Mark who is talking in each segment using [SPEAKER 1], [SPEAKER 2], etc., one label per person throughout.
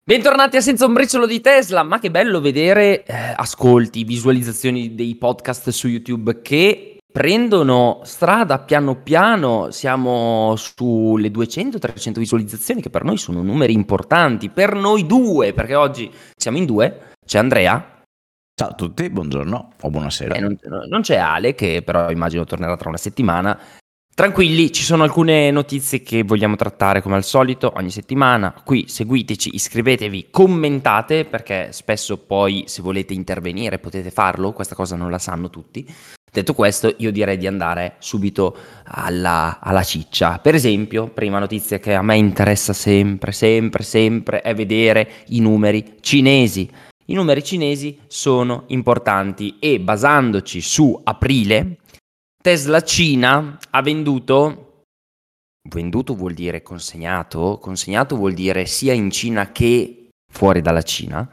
[SPEAKER 1] Bentornati a Senza un briciolo di Tesla, ma che bello vedere ascolti, visualizzazioni dei podcast su YouTube che prendono strada piano piano, siamo sulle 200-300 visualizzazioni che per noi sono numeri importanti, per noi due, perché oggi siamo in due, c'è Andrea.
[SPEAKER 2] Ciao a tutti, buongiorno o buonasera.
[SPEAKER 1] E non c'è Ale, che però immagino tornerà tra una settimana. Tranquilli, ci sono alcune notizie che vogliamo trattare come al solito ogni settimana. Qui seguiteci, iscrivetevi, commentate, perché spesso poi se volete intervenire potete farlo, questa cosa non la sanno tutti. Detto questo, io direi di andare subito alla ciccia. Per esempio, prima notizia che a me interessa sempre è vedere i numeri cinesi. I numeri cinesi sono importanti e basandoci su aprile, Tesla Cina ha venduto vuol dire consegnato vuol dire sia in Cina che fuori dalla Cina,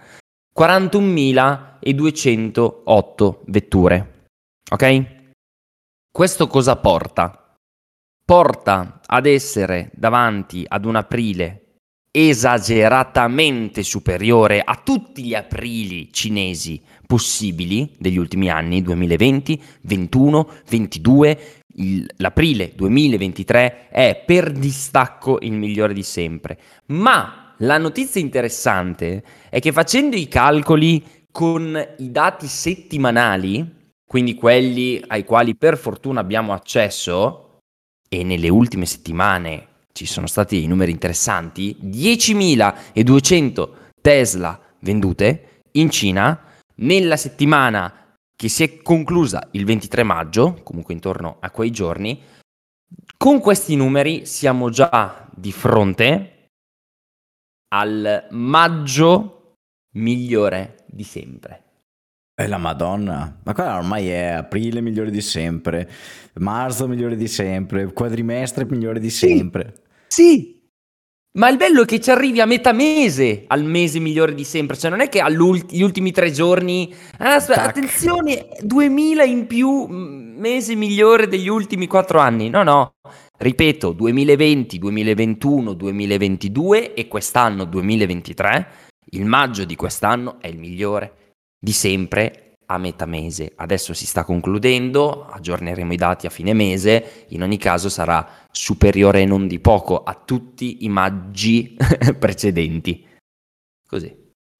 [SPEAKER 1] 41.208 vetture, ok? Questo cosa porta? Porta ad essere davanti ad un aprile esageratamente superiore a tutti gli aprili cinesi possibili degli ultimi anni, 2020, 21, 22, l'aprile 2023 è per distacco il migliore di sempre. Ma la notizia interessante è che facendo i calcoli con i dati settimanali, quindi quelli ai quali per fortuna abbiamo accesso, e nelle ultime settimane ci sono stati numeri interessanti, 10.200 Tesla vendute in Cina nella settimana che si è conclusa il 23 maggio, comunque intorno a quei giorni. Con questi numeri siamo già di fronte al maggio migliore di sempre.
[SPEAKER 2] La Madonna, ma qua ormai è aprile migliore di sempre, marzo migliore di sempre, quadrimestre migliore di sempre.
[SPEAKER 1] Sì. Ma il bello è che ci arrivi a metà mese, al mese migliore di sempre. Cioè non è che gli ultimi 3 giorni... attenzione, 2000 in più, mese migliore degli ultimi 4 anni. No. Ripeto, 2020, 2021, 2022 e quest'anno 2023, il maggio di quest'anno è il migliore di sempre a metà mese. Adesso si sta concludendo, aggiorneremo i dati a fine mese, in ogni caso sarà superiore non di poco a tutti i maggi precedenti. Così.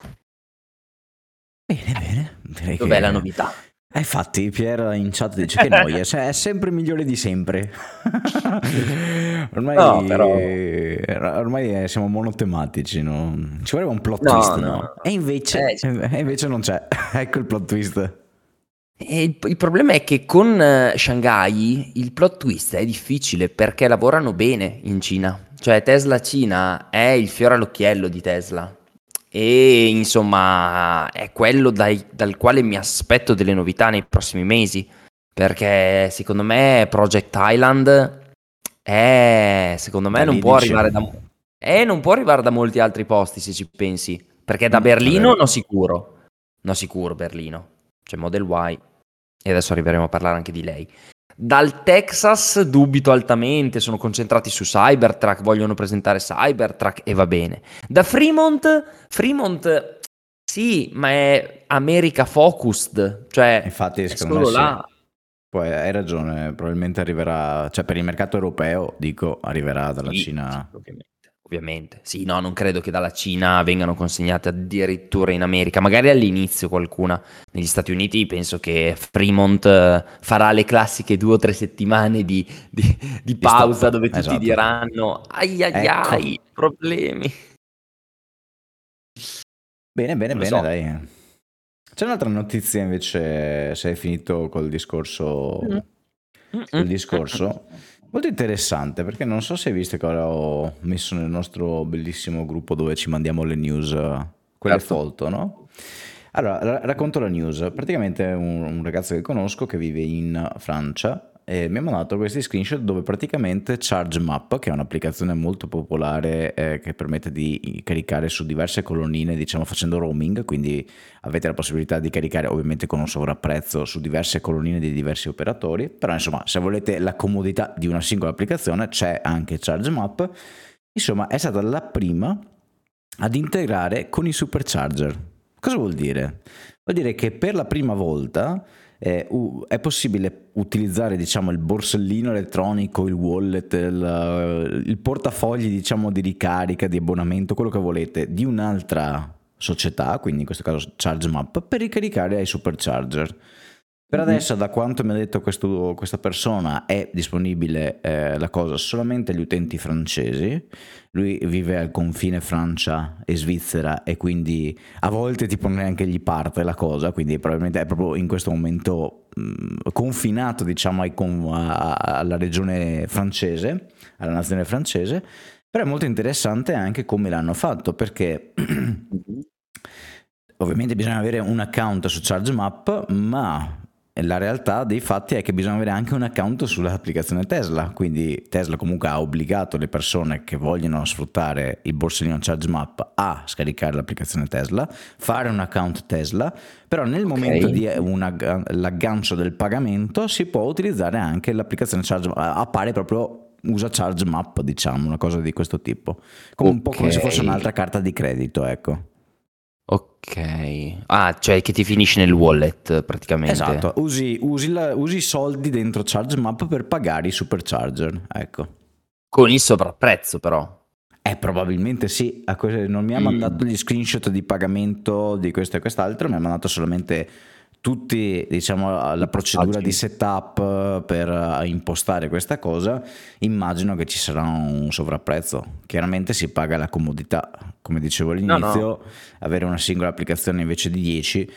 [SPEAKER 2] Bene, direi
[SPEAKER 1] Dov'è
[SPEAKER 2] che...
[SPEAKER 1] la novità?
[SPEAKER 2] Infatti Pier in chat dice che noia, cioè è sempre migliore di sempre. Ormai,
[SPEAKER 1] No, però...
[SPEAKER 2] ormai siamo monotematici, no? Ci vorrebbe un plot
[SPEAKER 1] No,
[SPEAKER 2] twist,
[SPEAKER 1] no.
[SPEAKER 2] no? E invece non c'è. Ecco il plot twist.
[SPEAKER 1] E il problema è che con Shanghai il plot twist è difficile perché lavorano bene in Cina. Cioè Tesla Cina è il fiore all'occhiello di Tesla e insomma è quello dal quale mi aspetto delle novità nei prossimi mesi, perché secondo me Project Thailand secondo me
[SPEAKER 2] Da
[SPEAKER 1] non
[SPEAKER 2] lì
[SPEAKER 1] può
[SPEAKER 2] dici.
[SPEAKER 1] arrivare non può arrivare da molti altri posti se ci pensi, perché da
[SPEAKER 2] È
[SPEAKER 1] Berlino
[SPEAKER 2] vero.
[SPEAKER 1] no sicuro Berlino. C'è Model Y e adesso arriveremo a parlare anche di lei. Dal Texas dubito altamente, sono concentrati su Cybertruck, vogliono presentare Cybertruck e va bene. Da Fremont sì, ma è America focused, cioè
[SPEAKER 2] Infatti
[SPEAKER 1] è
[SPEAKER 2] secondo me
[SPEAKER 1] solo
[SPEAKER 2] sì.
[SPEAKER 1] là.
[SPEAKER 2] Poi hai ragione, probabilmente arriverà, cioè per il mercato europeo, dico, arriverà dalla
[SPEAKER 1] Sì,
[SPEAKER 2] Cina.
[SPEAKER 1] ovviamente. Sì, no, non credo che dalla Cina vengano consegnate addirittura in America, magari all'inizio qualcuna. Negli Stati Uniti penso che Fremont farà le classiche 2 o 3 settimane di
[SPEAKER 2] Di
[SPEAKER 1] pausa
[SPEAKER 2] stop,
[SPEAKER 1] dove tutti
[SPEAKER 2] esatto.
[SPEAKER 1] diranno ai ai
[SPEAKER 2] Ecco.
[SPEAKER 1] ai, problemi.
[SPEAKER 2] Bene,
[SPEAKER 1] Non lo
[SPEAKER 2] bene,
[SPEAKER 1] so.
[SPEAKER 2] dai. C'è un'altra notizia invece, se hai finito col
[SPEAKER 1] Mm.
[SPEAKER 2] discorso,
[SPEAKER 1] Mm, mm,
[SPEAKER 2] col
[SPEAKER 1] mm,
[SPEAKER 2] discorso, molto interessante, perché non so se hai visto che ora ho messo nel nostro bellissimo gruppo dove ci mandiamo le news, quelle
[SPEAKER 1] certo.
[SPEAKER 2] folto, no? Allora, racconto la news. Praticamente è un ragazzo che conosco che vive in Francia e mi ha mandato questi screenshot dove praticamente ChargeMap, che è un'applicazione molto popolare che permette di caricare su diverse colonnine, diciamo facendo roaming, quindi avete la possibilità di caricare ovviamente con un sovrapprezzo su diverse colonnine di diversi operatori, però insomma se volete la comodità di una singola applicazione c'è anche ChargeMap. Insomma è stata la prima ad integrare con i supercharger. Cosa vuol dire? Vuol dire che per la prima volta è possibile utilizzare, diciamo, il borsellino elettronico, il wallet, il portafogli, diciamo, di ricarica, di abbonamento, quello che volete, di un'altra società, quindi in questo caso ChargeMap, per ricaricare ai supercharger. Per adesso, da quanto mi ha detto questa persona, è disponibile la cosa solamente agli utenti francesi. Lui vive al confine Francia e Svizzera e quindi a volte tipo neanche gli parte la cosa, quindi probabilmente è proprio in questo momento confinato, diciamo, alla regione francese, alla nazione francese. Però è molto interessante anche come l'hanno fatto, perché ovviamente bisogna avere un account su ChargeMap, ma la realtà dei fatti è che bisogna avere anche un account sull'applicazione Tesla, quindi Tesla comunque ha obbligato le persone che vogliono sfruttare il borsellino ChargeMap a scaricare l'applicazione Tesla, fare un account Tesla, però nel momento di l'aggancio del pagamento si può utilizzare anche l'applicazione ChargeMap, appare proprio usa ChargeMap, diciamo, una cosa di questo tipo, come un po' come se fosse un'altra carta di credito, ecco.
[SPEAKER 1] Ok. Ah, cioè che ti finisce nel wallet praticamente.
[SPEAKER 2] Esatto, usi i soldi dentro ChargeMap per pagare i supercharger, ecco.
[SPEAKER 1] Con il sovrapprezzo però.
[SPEAKER 2] Probabilmente sì, non mi ha mandato gli screenshot di pagamento di questo e quest'altro, mi ha mandato solamente tutti, diciamo, la procedura di setup per impostare questa cosa. Immagino che ci sarà un sovrapprezzo. Chiaramente si paga la comodità, come dicevo all'inizio, avere una singola applicazione invece di 10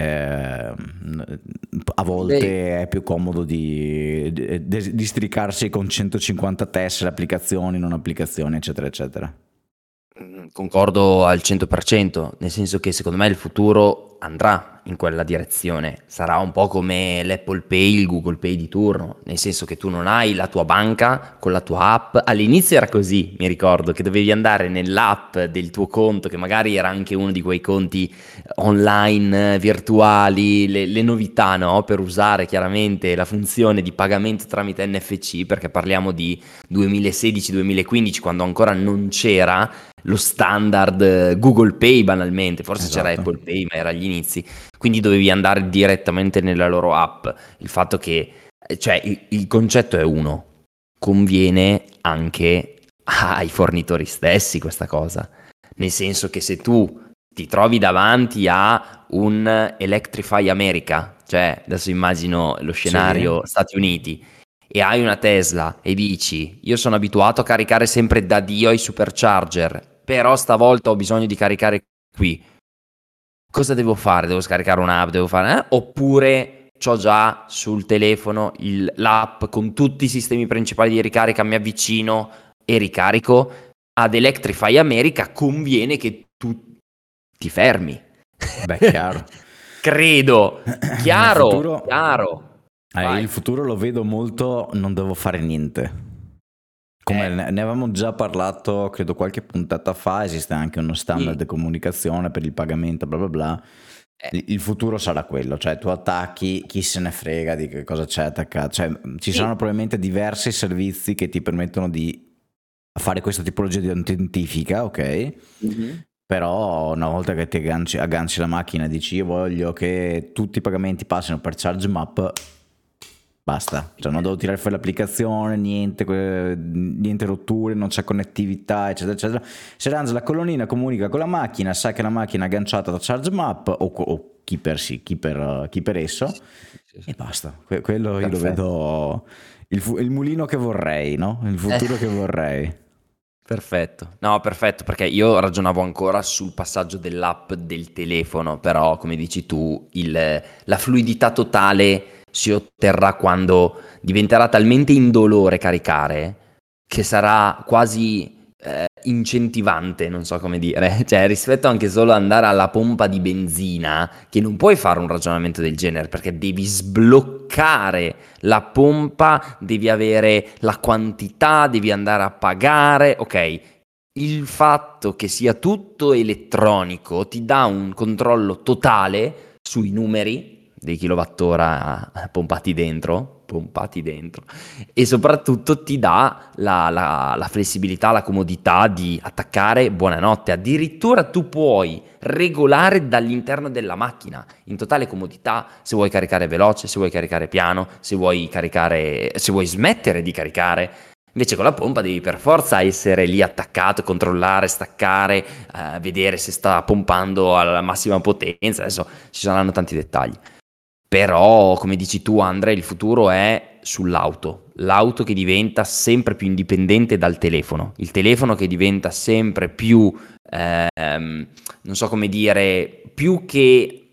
[SPEAKER 2] a volte è più comodo di districarsi con 150 tessere, applicazioni, non applicazioni, eccetera eccetera.
[SPEAKER 1] Concordo al 100%, nel senso che secondo me il futuro andrà in quella direzione. Sarà un po' come l'Apple Pay, il Google Pay di turno, nel senso che tu non hai la tua banca con la tua app. All'inizio era così, mi ricordo, che dovevi andare nell'app del tuo conto, che magari era anche uno di quei conti online virtuali, le novità, no? Per usare chiaramente la funzione di pagamento tramite NFC, perché parliamo di 2016-2015, quando ancora non c'era lo standard Google Pay banalmente, forse c'era Apple Pay ma era agli inizi, quindi dovevi andare direttamente nella loro app. Il fatto che, cioè il concetto è uno, conviene anche ai fornitori stessi questa cosa, nel senso che se tu ti trovi davanti a un Electrify America, cioè adesso immagino lo scenario Stati Uniti, e hai una Tesla e dici io sono abituato a caricare sempre da Dio ai supercharger, però stavolta ho bisogno di caricare qui, cosa devo fare? Devo scaricare un'app? Devo fare oppure c'ho già sul telefono l'app con tutti i sistemi principali di ricarica, mi avvicino e ricarico? Ad Electrify America conviene che tu ti fermi.
[SPEAKER 2] Beh, chiaro.
[SPEAKER 1] Credo. Chiaro.
[SPEAKER 2] Il futuro lo vedo molto, non devo fare niente. Come ne avevamo già parlato, credo qualche puntata fa, esiste anche uno standard di comunicazione per il pagamento, bla bla bla. Il futuro sarà quello, cioè tu attacchi, chi se ne frega di che cosa c'è attaccato, cioè ci saranno probabilmente diversi servizi che ti permettono di fare questa tipologia di autentifica, ok? Però una volta che ti agganci la macchina e dici io voglio che tutti i pagamenti passino per ChargeMap, basta, cioè non devo tirare fuori l'applicazione, niente rotture, non c'è connettività, eccetera, eccetera. Se Ranz la colonnina comunica con la macchina, sa che la macchina è agganciata da ChargeMap o chi per esso, e basta. Quello io lo vedo il mulino che vorrei, no? Il futuro che vorrei.
[SPEAKER 1] Perfetto, no, perfetto, perché io ragionavo ancora sul passaggio dell'app del telefono, però come dici tu, la fluidità totale si otterrà quando diventerà talmente indolore caricare che sarà quasi incentivante, non so come dire, cioè rispetto anche solo ad andare alla pompa di benzina, che non puoi fare un ragionamento del genere perché devi sbloccare la pompa, devi avere la quantità, devi andare a pagare, ok. Il fatto che sia tutto elettronico ti dà un controllo totale sui numeri dei kilowattora pompati dentro, e soprattutto ti dà la flessibilità, la comodità di attaccare buonanotte. Addirittura tu puoi regolare dall'interno della macchina in totale comodità se vuoi caricare veloce, se vuoi caricare piano, se vuoi smettere di caricare. Invece con la pompa devi per forza essere lì attaccato, controllare, staccare, vedere se sta pompando alla massima potenza. Adesso ci saranno tanti dettagli. Però, come dici tu, Andre, il futuro è sull'auto. L'auto che diventa sempre più indipendente dal telefono. Il telefono che diventa sempre più, non so come dire, più che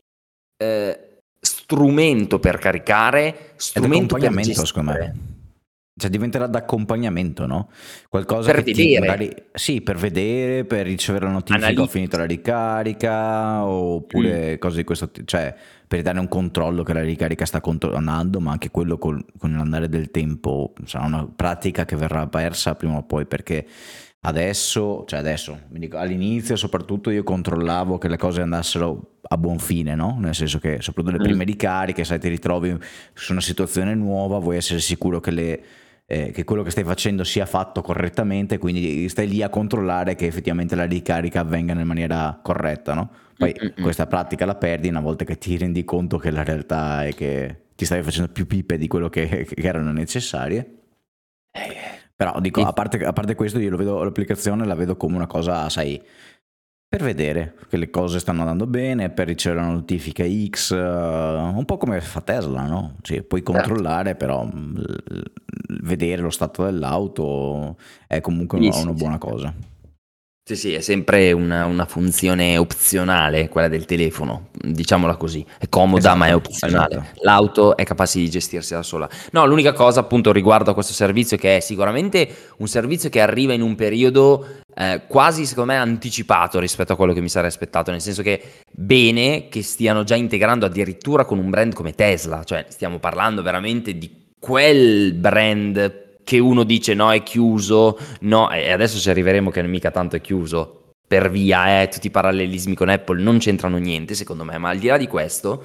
[SPEAKER 1] strumento per caricare, strumento per
[SPEAKER 2] D'accompagnamento, secondo
[SPEAKER 1] gestire,
[SPEAKER 2] me. Cioè diventerà d'accompagnamento, no? Qualcosa
[SPEAKER 1] per
[SPEAKER 2] che ti
[SPEAKER 1] vedere,
[SPEAKER 2] magari sì, per vedere, per ricevere la notifica ho finito la
[SPEAKER 1] analitici.
[SPEAKER 2] ricarica, oppure cose di questo tipo, cioè per dare un controllo che la ricarica sta andando, ma anche quello con l'andare del tempo sarà una pratica che verrà persa prima o poi, perché adesso, mi dico, all'inizio soprattutto io controllavo che le cose andassero a buon fine, no? Nel senso che soprattutto le
[SPEAKER 1] Mm.
[SPEAKER 2] prime ricariche, sai, ti ritrovi su una situazione nuova, vuoi essere sicuro che quello che stai facendo sia fatto correttamente, quindi stai lì a controllare che effettivamente la ricarica avvenga in maniera corretta, no?
[SPEAKER 1] Mm,
[SPEAKER 2] Poi
[SPEAKER 1] mm, mm.
[SPEAKER 2] questa pratica la perdi una volta che ti rendi conto che la realtà è che ti stavi facendo più pippe di quello che erano necessarie. Però dico,
[SPEAKER 1] Sì.
[SPEAKER 2] a parte questo, io lo vedo, l'applicazione la vedo come una cosa, sai, per vedere che le cose stanno andando bene, per ricevere una notifica X, un po' come fa Tesla, no? Cioè, puoi
[SPEAKER 1] Certo.
[SPEAKER 2] controllare, però vedere lo stato dell'auto è comunque
[SPEAKER 1] Sì,
[SPEAKER 2] una
[SPEAKER 1] sì, sì.
[SPEAKER 2] buona cosa.
[SPEAKER 1] Sì, sì, è sempre una funzione opzionale quella del telefono, diciamola così. È comoda, ma è
[SPEAKER 2] Esatto,
[SPEAKER 1] opzionale.
[SPEAKER 2] esatto.
[SPEAKER 1] L'auto è capace di gestirsi da sola. No, l'unica cosa appunto riguardo a questo servizio, che è sicuramente un servizio che arriva in un periodo quasi, secondo me, anticipato rispetto a quello che mi sarei aspettato, nel senso che bene che stiano già integrando addirittura con un brand come Tesla, cioè stiamo parlando veramente di quel brand che uno dice no, è chiuso. No, e adesso ci arriveremo che mica tanto è chiuso per via, tutti i parallelismi con Apple non c'entrano niente secondo me, ma al di là di questo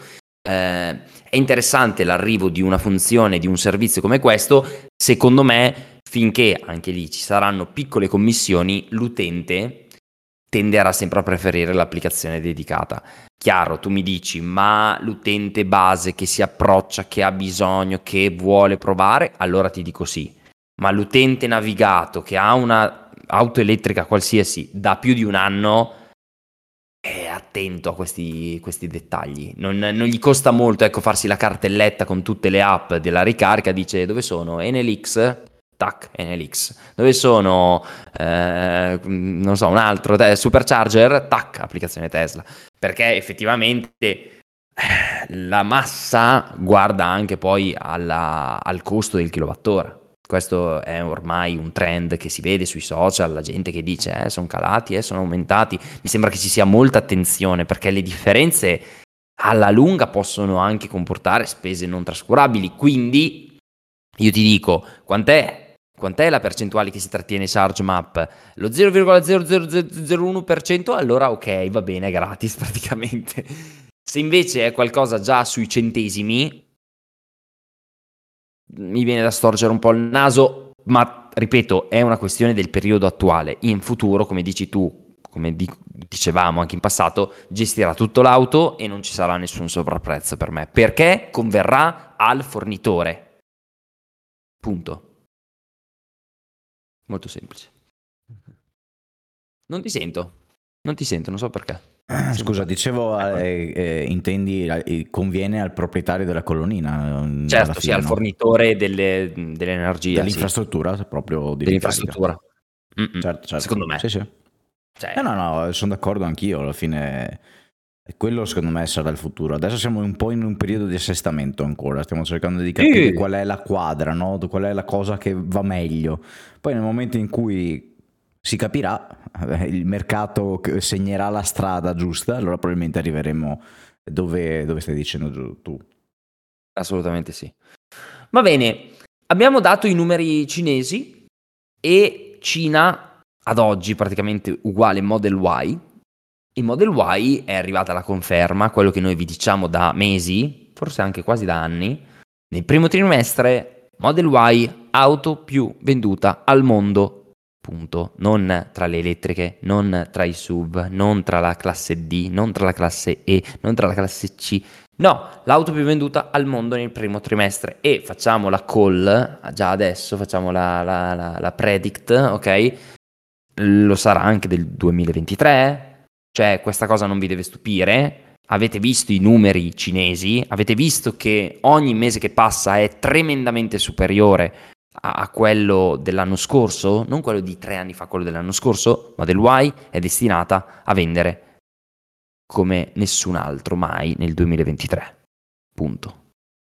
[SPEAKER 1] è interessante l'arrivo di una funzione, di un servizio come questo, secondo me finché anche lì ci saranno piccole commissioni, l'utente tenderà sempre a preferire l'applicazione dedicata. Chiaro, tu mi dici, ma l'utente base che si approccia, che ha bisogno, che vuole provare, allora ti dico sì. Ma l'utente navigato che ha una auto elettrica qualsiasi da più di un anno è attento a questi dettagli. Non gli costa molto, ecco, farsi la cartelletta con tutte le app della ricarica, dice dove sono? NLX? Tac, NLX. Dove sono? Non so, un altro, Supercharger? Tac, applicazione Tesla. Perché effettivamente la massa guarda anche poi al costo del kilowattora. Questo è ormai un trend che si vede sui social, la gente che dice sono calati, sono aumentati. Mi sembra che ci sia molta attenzione perché le differenze alla lunga possono anche comportare spese non trascurabili. Quindi io ti dico, quant'è la percentuale che si trattiene ChargeMap? Lo 0,00001%? Allora ok, va bene, è gratis praticamente. Se invece è qualcosa già sui centesimi, mi viene da storcere un po' il naso, ma ripeto, è una questione del periodo attuale. In futuro, come dici tu, come dicevamo anche in passato, gestirà tutto l'auto e non ci sarà nessun sovrapprezzo per me, perché converrà al fornitore. Punto. Molto semplice. Non ti sento, non so perché. Sei
[SPEAKER 2] Scusa,
[SPEAKER 1] mutato.
[SPEAKER 2] dicevo,
[SPEAKER 1] Ecco.
[SPEAKER 2] intendi, conviene al proprietario della colonnina, alla
[SPEAKER 1] Certo, sì,
[SPEAKER 2] fine,
[SPEAKER 1] al
[SPEAKER 2] no?
[SPEAKER 1] fornitore dell'energia, sì,
[SPEAKER 2] Dell'infrastruttura proprio di ricarica.
[SPEAKER 1] dell'infrastruttura. Mm-mm.
[SPEAKER 2] Certo, certo.
[SPEAKER 1] Secondo me.
[SPEAKER 2] Sì, sì.
[SPEAKER 1] Cioè,
[SPEAKER 2] No, no, sono d'accordo anch'io, alla fine quello secondo me sarà il futuro. Adesso siamo un po' in un periodo di assestamento ancora, stiamo cercando di capire
[SPEAKER 1] sì,
[SPEAKER 2] qual è la quadra, no? Qual è la cosa che va meglio. Poi nel momento in cui si capirà, il mercato segnerà la strada giusta, allora probabilmente arriveremo dove stai dicendo tu.
[SPEAKER 1] assolutamente sì. Va bene, abbiamo dato i numeri cinesi e Cina ad oggi praticamente uguale Model Y. Il Model Y è arrivata la conferma, quello che noi vi diciamo da mesi, forse anche quasi da anni, nel primo trimestre Model Y auto più venduta al mondo, punto. Non tra le elettriche, non tra i SUV, non tra la classe D, non tra la classe E, non tra la classe C. No, l'auto più venduta al mondo nel primo trimestre. E facciamo la call, già adesso facciamo la predict, ok? Lo sarà anche del 2023, cioè questa cosa non vi deve stupire. Avete visto i numeri cinesi, avete visto che ogni mese che passa è tremendamente superiore a quello dell'anno scorso, non quello di 3 anni fa, quello dell'anno scorso. Model Y è destinata a vendere come nessun altro mai nel 2023. Punto.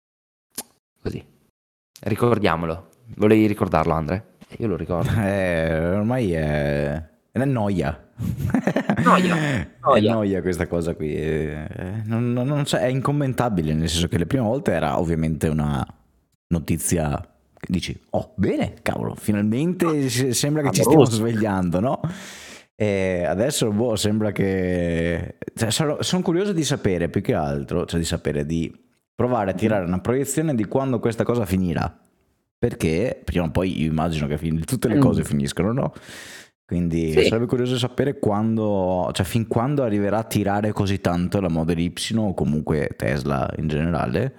[SPEAKER 1] Così. Ricordiamolo. Volevi ricordarlo, Andre? Io lo ricordo.
[SPEAKER 2] Ormai è noia.
[SPEAKER 1] Noia.
[SPEAKER 2] È noia questa cosa qui. Non è incommentabile, nel senso che le prime volte era ovviamente una notizia che dici, oh, bene, cavolo, finalmente sembra che ci stiamo svegliando, no? E adesso sembra che... Cioè, sono curioso di sapere, più che altro, cioè di provare a tirare una proiezione di quando questa cosa finirà. Perché prima o poi io immagino che tutte le cose finiscono, no? Quindi sarebbe curioso sapere quando, cioè fin quando arriverà a tirare così tanto la Model Y o comunque Tesla in generale,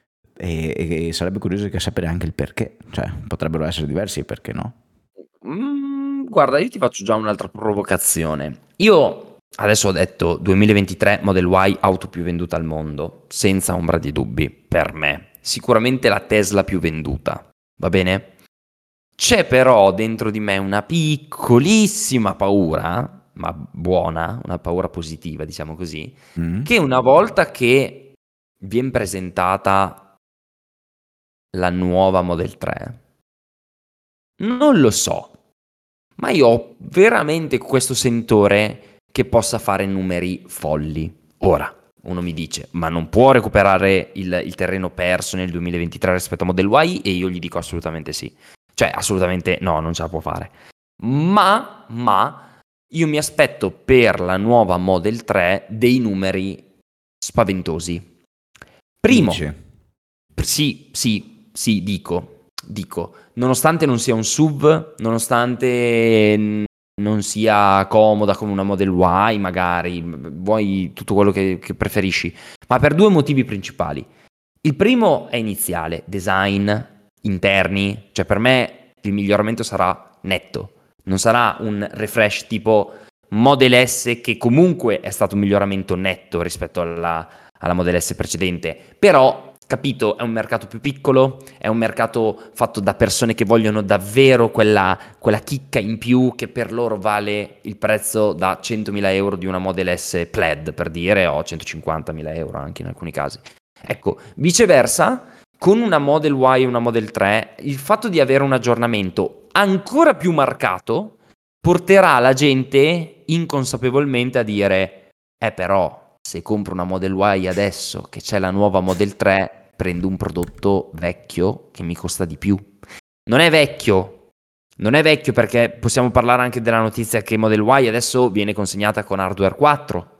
[SPEAKER 2] e sarebbe curioso di sapere anche il perché, cioè potrebbero essere diversi i perché, no?
[SPEAKER 1] Guarda, io ti faccio già un'altra provocazione. Io adesso ho detto 2023 Model Y auto più venduta al mondo, senza ombra di dubbi, per me. Sicuramente la Tesla più venduta, va bene? C'è però dentro di me una piccolissima paura, ma buona, una paura positiva, diciamo così, che una volta che viene presentata la nuova Model 3, non lo so, ma io ho veramente questo sentore che possa fare numeri folli. Ora, uno mi dice, ma non può recuperare il terreno perso nel 2023 rispetto a Model Y? E io gli dico assolutamente sì. Cioè, assolutamente no, non ce la può fare. Ma io mi aspetto per la nuova Model 3 dei numeri spaventosi. Primo, sì, dico, nonostante non sia un SUV, nonostante non sia comoda come una Model Y, magari, vuoi tutto quello che preferisci, ma per due motivi principali. Il primo è iniziale, design, interni, cioè per me il miglioramento sarà netto, non sarà un refresh tipo Model S che comunque è stato un miglioramento netto rispetto alla Model S precedente, però capito, è un mercato più piccolo, è un mercato fatto da persone che vogliono davvero quella chicca in più che per loro vale il prezzo da 100.000 euro di una Model S Plaid, per dire, o 150.000 euro anche in alcuni casi. Ecco, viceversa, con una Model Y e una Model 3, il fatto di avere un aggiornamento ancora più marcato porterà la gente inconsapevolmente a dire però se compro una Model Y adesso che c'è la nuova Model 3 prendo un prodotto vecchio che mi costa di più. Non è vecchio perché possiamo parlare anche della notizia che Model Y adesso viene consegnata con hardware 4.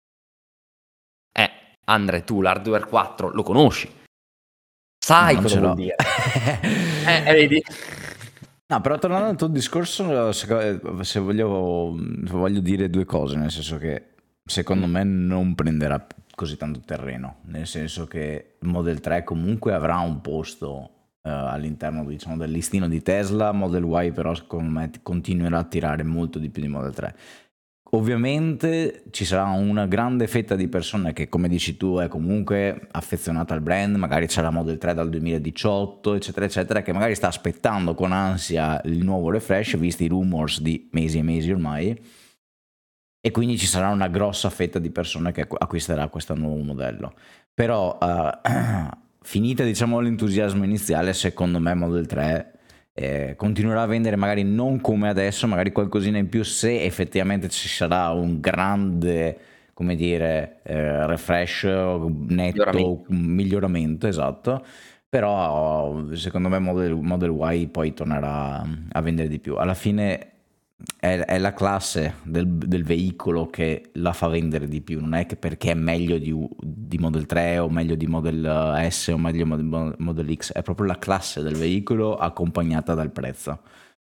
[SPEAKER 1] Andre, tu l'hardware 4 lo conosci? Sai cosa vuol dire? Vedi?
[SPEAKER 2] No, però tornando al tuo discorso, se voglio dire due cose, nel senso che secondo me non prenderà così tanto terreno, nel senso che Model 3 comunque avrà un posto all'interno, diciamo, del listino di Tesla. Model Y però secondo me continuerà a tirare molto di più di Model 3. Ovviamente ci sarà una grande fetta di persone che, come dici tu, è comunque affezionata al brand, magari c'è la Model 3 dal 2018, eccetera, eccetera, che magari sta aspettando con ansia il nuovo refresh, visti i rumors di mesi e mesi ormai, e quindi ci sarà una grossa fetta di persone che acquisterà questo nuovo modello. Però, finita, diciamo, l'entusiasmo iniziale, secondo me Model 3... continuerà a vendere magari non come adesso, magari qualcosina in più se effettivamente ci sarà un grande, come dire, refresh netto, miglioramento, esatto. Però secondo me Model Y poi tornerà a vendere di più. Alla fine è la classe del veicolo che la fa vendere di più, non è che perché è meglio di Model 3 o meglio di Model S o meglio di Model X, è proprio la classe del veicolo accompagnata dal prezzo.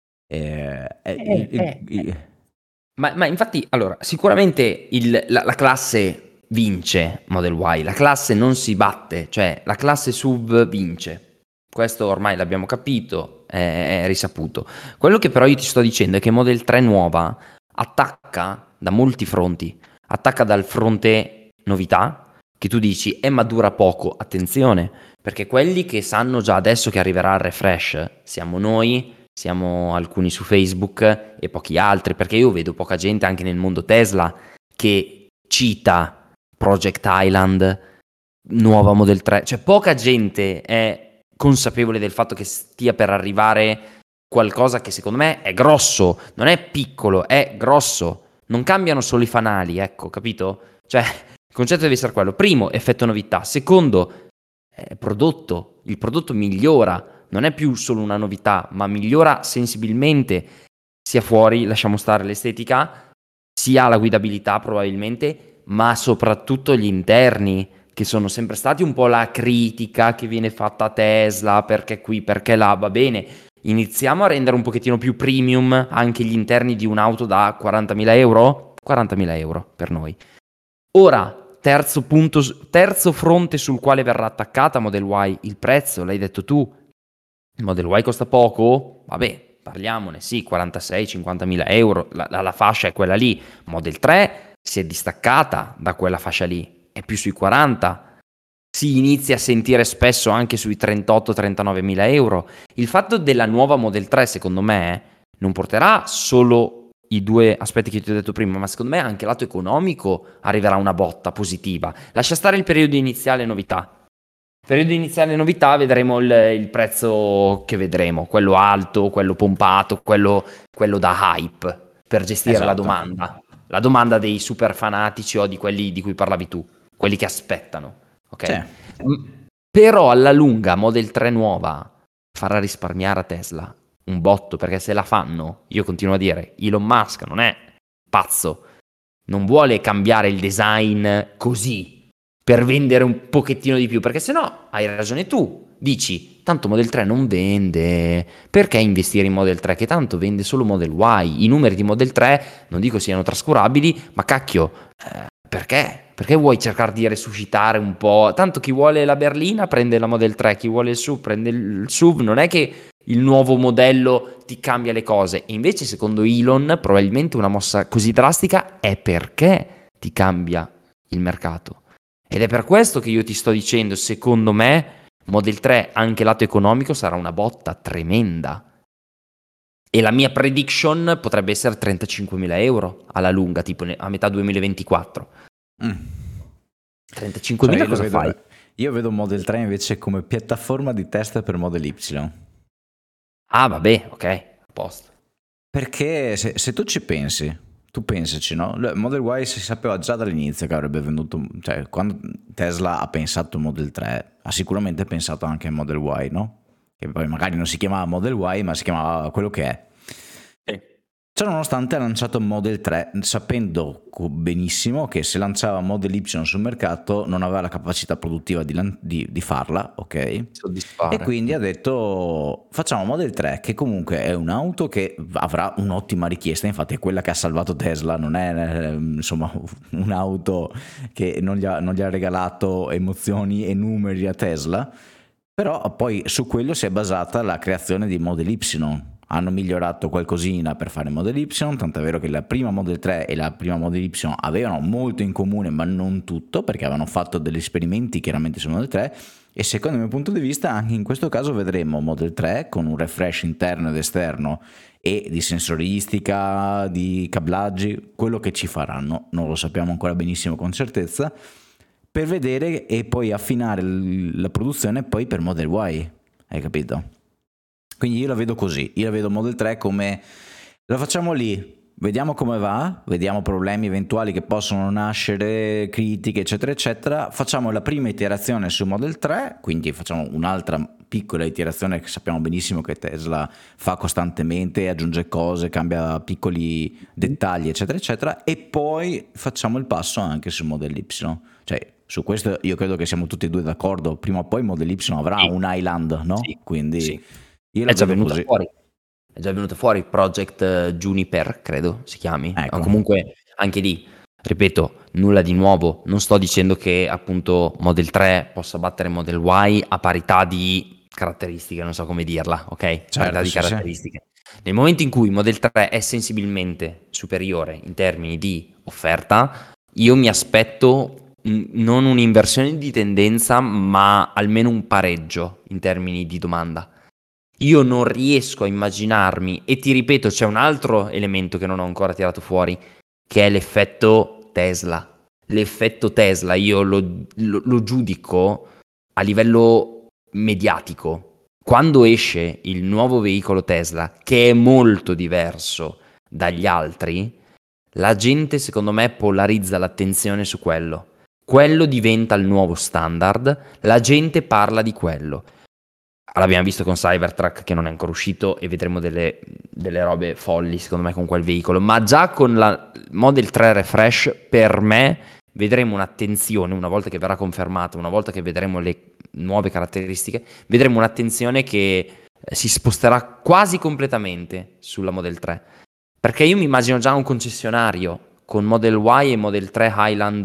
[SPEAKER 1] Eh, eh, ma infatti, allora, sicuramente la classe vince Model Y, la classe non si batte, cioè la classe SUV vince. Questo ormai l'abbiamo capito, è risaputo. Quello che però io ti sto dicendo è che Model 3 nuova attacca da molti fronti. Attacca dal fronte novità, che tu dici, ma dura poco, attenzione, perché quelli che sanno già adesso che arriverà il refresh, siamo noi, siamo alcuni su Facebook e pochi altri, perché io vedo poca gente anche nel mondo Tesla che cita Project Island, nuova Model 3, cioè poca gente è consapevole del fatto che stia per arrivare qualcosa che secondo me è grosso, non è piccolo, è grosso, non cambiano solo i fanali, ecco, capito? Cioè, il concetto deve essere quello. Primo, effetto novità. Secondo, prodotto. Il prodotto migliora, non è più solo una novità, ma migliora sensibilmente, sia fuori, lasciamo stare l'estetica, sia la guidabilità probabilmente, ma soprattutto gli interni, che sono sempre stati un po' la critica che viene fatta a Tesla, perché qui, perché là, va bene. Iniziamo a rendere un pochettino più premium anche gli interni di un'auto da 40.000 euro? 40.000 euro per noi. Ora, terzo punto, terzo fronte sul quale verrà attaccata Model Y, il prezzo, l'hai detto tu. Il Model Y costa poco? Vabbè, parliamone, sì, 46-50 mila euro, la fascia è quella lì. Model 3 si è distaccata da quella fascia lì, è più sui 40. Si inizia a sentire spesso anche sui 38-39 mila euro. Il fatto della nuova Model 3, secondo me, non porterà solo i due aspetti che ti ho detto prima, ma secondo me anche lato economico arriverà una botta positiva. Lascia stare il periodo iniziale novità. Periodo iniziale novità, vedremo il prezzo che vedremo, quello alto, quello pompato, quello da hype, per gestire
[SPEAKER 2] Esatto.
[SPEAKER 1] la domanda dei super fanatici o di quelli di cui parlavi tu, quelli che aspettano,
[SPEAKER 2] Sì.
[SPEAKER 1] ok? Però alla lunga Model 3 nuova farà risparmiare a Tesla un botto, perché se la fanno, io continuo a dire, Elon Musk non è pazzo, non vuole cambiare il design così per vendere un pochettino di più, perché se no hai ragione tu, dici, tanto Model 3 non vende, perché investire in Model 3 che tanto vende solo Model Y? I numeri di Model 3 non dico siano trascurabili, ma cacchio, perché? Perché vuoi cercare di resuscitare un po'? Tanto chi vuole la berlina prende la Model 3, chi vuole il SUV prende il SUV, non è che il nuovo modello ti cambia le cose. E invece, secondo Elon, probabilmente una mossa così drastica è perché ti cambia il mercato. Ed è per questo che io ti sto dicendo, secondo me, Model 3, anche lato economico, sarà una botta tremenda. E la mia prediction potrebbe essere 35.000 euro alla lunga, tipo a metà 2024.
[SPEAKER 2] Mm.
[SPEAKER 1] 35.000
[SPEAKER 2] Io lo
[SPEAKER 1] cosa fai?
[SPEAKER 2] vedo, io vedo Model 3 invece come piattaforma di test per Model Y.
[SPEAKER 1] Ah, vabbè, ok, a posto.
[SPEAKER 2] Perché se tu ci pensi, tu pensaci, no? Model Y si sapeva già dall'inizio che avrebbe venduto, cioè quando Tesla ha pensato al Model 3, ha sicuramente pensato anche al Model Y, no? Che poi magari non si chiamava Model Y, ma si chiamava quello che è. Ciononostante ha lanciato Model 3 sapendo benissimo che se lanciava Model Y sul mercato non aveva la capacità produttiva di farla, ok?
[SPEAKER 1] Soddisfare.
[SPEAKER 2] E quindi ha detto facciamo Model 3 che comunque è un'auto che avrà un'ottima richiesta, infatti è quella che ha salvato Tesla, non è insomma un'auto che non gli ha regalato emozioni e numeri a Tesla, però poi su quello si è basata la creazione di Model Y. Hanno migliorato qualcosina per fare Model Y, tant'è vero che la prima Model 3 e la prima Model Y avevano molto in comune, ma non tutto, perché avevano fatto degli esperimenti chiaramente su Model 3, e secondo il mio punto di vista anche in questo caso vedremo Model 3 con un refresh interno ed esterno e di sensoristica, di cablaggi, quello che ci faranno, non lo sappiamo ancora benissimo con certezza, per vedere e poi affinare la produzione poi per Model Y, hai capito? Quindi io la vedo così, io la vedo Model 3 come la facciamo lì, vediamo come va, vediamo problemi eventuali che possono nascere, critiche, eccetera, eccetera. Facciamo la prima iterazione su Model 3, quindi facciamo un'altra piccola iterazione che sappiamo benissimo che Tesla fa costantemente, aggiunge cose, cambia piccoli dettagli, eccetera, eccetera, e poi facciamo il passo anche sul Model Y. Cioè, su questo io credo che siamo tutti e due d'accordo. Prima o poi il Model Y avrà
[SPEAKER 1] Sì,
[SPEAKER 2] un Island,
[SPEAKER 1] sì,
[SPEAKER 2] no? Quindi
[SPEAKER 1] sì.
[SPEAKER 2] io la
[SPEAKER 1] È già
[SPEAKER 2] vedo
[SPEAKER 1] venuta
[SPEAKER 2] così.
[SPEAKER 1] fuori. È già venuto fuori Project Juniper, credo si chiami. O
[SPEAKER 2] Ecco.
[SPEAKER 1] comunque anche lì, ripeto, nulla di nuovo. Non sto dicendo che appunto Model 3 possa battere Model Y a parità di caratteristiche, non so come dirla, ok? Parità
[SPEAKER 2] Certo,
[SPEAKER 1] di
[SPEAKER 2] sì, sì.
[SPEAKER 1] caratteristiche. Nel momento in cui Model 3 è sensibilmente superiore in termini di offerta, io mi aspetto non un'inversione di tendenza, ma almeno un pareggio in termini di domanda. Io non riesco a immaginarmi, e ti ripeto, c'è un altro elemento che non ho ancora tirato fuori, che è l'effetto Tesla. L'effetto Tesla io lo giudico a livello mediatico. Quando esce il nuovo veicolo Tesla, che è molto diverso dagli altri, la gente secondo me polarizza l'attenzione su quello. Quello diventa il nuovo standard, la gente parla di quello. L'abbiamo visto con Cybertruck che non è ancora uscito e vedremo delle robe folli secondo me con quel veicolo, ma già con la Model 3 Refresh per me vedremo un'attenzione, una volta che verrà confermato, una volta che vedremo le nuove caratteristiche, vedremo un'attenzione che si sposterà quasi completamente sulla Model 3, perché io mi immagino già un concessionario con Model Y e Model 3 Highland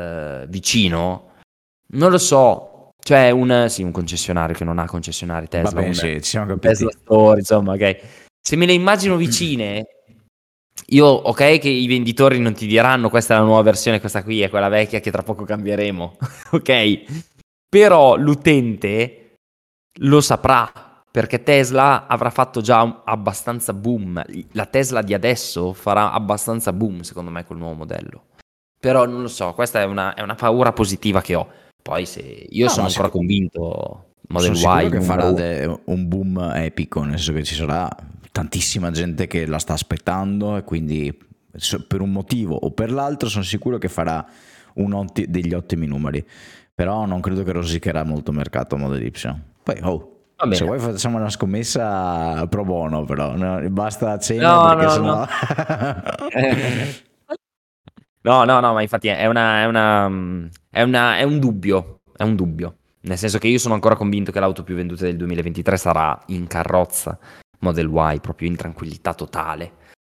[SPEAKER 1] vicino, non lo so, cioè sì, un concessionario che non ha concessionari
[SPEAKER 2] Va
[SPEAKER 1] Tesla,
[SPEAKER 2] bene, sì, ci siamo
[SPEAKER 1] un Tesla
[SPEAKER 2] capiti.
[SPEAKER 1] Store, insomma, ok. Se me le immagino vicine, io, ok, che i venditori non ti diranno questa è la nuova versione, questa qui è quella vecchia che tra poco cambieremo, ok? Però l'utente lo saprà, perché Tesla avrà fatto già abbastanza boom. La Tesla di adesso farà abbastanza boom, secondo me, col nuovo modello. Però non lo so, questa è una paura positiva che ho. Poi se io
[SPEAKER 2] No,
[SPEAKER 1] sono
[SPEAKER 2] ma
[SPEAKER 1] ancora convinto
[SPEAKER 2] sono
[SPEAKER 1] Model
[SPEAKER 2] sicuro
[SPEAKER 1] Y
[SPEAKER 2] che
[SPEAKER 1] numero
[SPEAKER 2] farà
[SPEAKER 1] uno.
[SPEAKER 2] un boom epico, nel senso che ci sarà tantissima gente che la sta aspettando e quindi per un motivo o per l'altro sono sicuro che farà degli ottimi numeri, però non credo che rosicherà molto mercato Model Y. Poi,
[SPEAKER 1] Va
[SPEAKER 2] se
[SPEAKER 1] bene.
[SPEAKER 2] vuoi facciamo una scommessa pro bono, però no? Basta a cena
[SPEAKER 1] No,
[SPEAKER 2] perché
[SPEAKER 1] no, no.
[SPEAKER 2] sennò...
[SPEAKER 1] No, no, no, ma infatti è un dubbio, è un dubbio. Nel senso che io sono ancora convinto che l'auto più venduta del 2023 sarà in carrozza Model Y, proprio in tranquillità totale.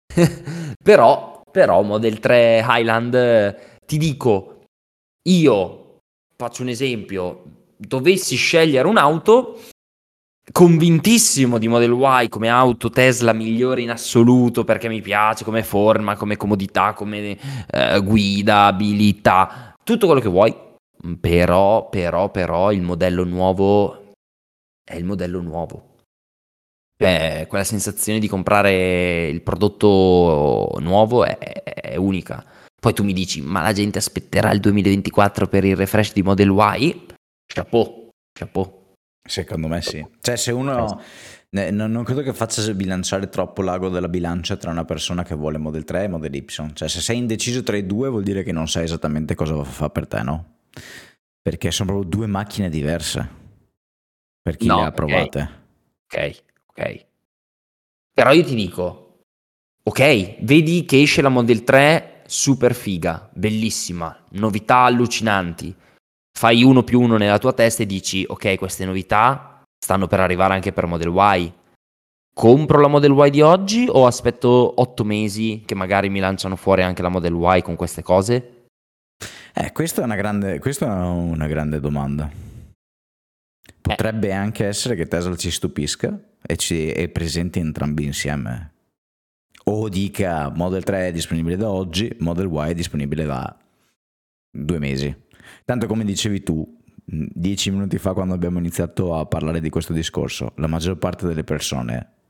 [SPEAKER 1] Però Model 3 Highland, ti dico, io faccio un esempio, dovessi scegliere un'auto, convintissimo di Model Y come auto Tesla migliore in assoluto perché mi piace come forma, come comodità, come guidabilità, tutto quello che vuoi. Però il modello nuovo è il modello nuovo. Cioè, quella sensazione di comprare il prodotto nuovo è unica. Poi tu mi dici, ma la gente aspetterà il 2024 per il refresh di Model Y? Chapeau, chapeau.
[SPEAKER 2] Secondo me sì. Cioè, se
[SPEAKER 1] Eh,
[SPEAKER 2] uno... non credo che faccia bilanciare troppo l'ago della bilancia tra una persona che vuole Model 3 e Model Y. Cioè, se sei indeciso tra i due vuol dire che non sai esattamente cosa fa per te, no? Perché sono proprio due macchine diverse per chi le
[SPEAKER 1] No,
[SPEAKER 2] ha
[SPEAKER 1] ok,
[SPEAKER 2] provate.
[SPEAKER 1] ok. Però io ti dico, ok, vedi che esce la Model 3 super figa, bellissima, novità allucinanti. Fai uno più uno nella tua testa e dici, ok, queste novità stanno per arrivare anche per Model Y. Compro la Model Y di oggi o aspetto 8 mesi che magari mi lanciano fuori anche la Model Y con queste cose?
[SPEAKER 2] Questa è una grande domanda.
[SPEAKER 1] Eh,
[SPEAKER 2] Potrebbe anche essere che Tesla ci stupisca e presenti entrambi insieme. O dica Model 3 è disponibile da oggi, Model Y è disponibile da 2 mesi. Tanto come dicevi tu, 10 minuti fa quando abbiamo iniziato a parlare di questo discorso, la maggior parte delle persone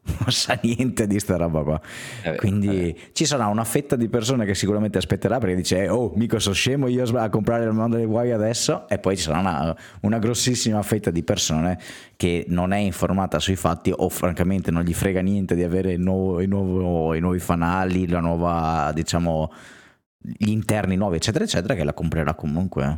[SPEAKER 2] non sa niente di sta roba qua. Quindi ci sarà una fetta di persone che sicuramente aspetterà perché dice oh mica sono scemo io a comprare il Model Y adesso, e poi ci sarà una grossissima fetta di persone che non è informata sui fatti o francamente non gli frega niente di avere i nuovi fanali, la nuova, diciamo, gli interni nuovi eccetera eccetera, che la comprerà comunque.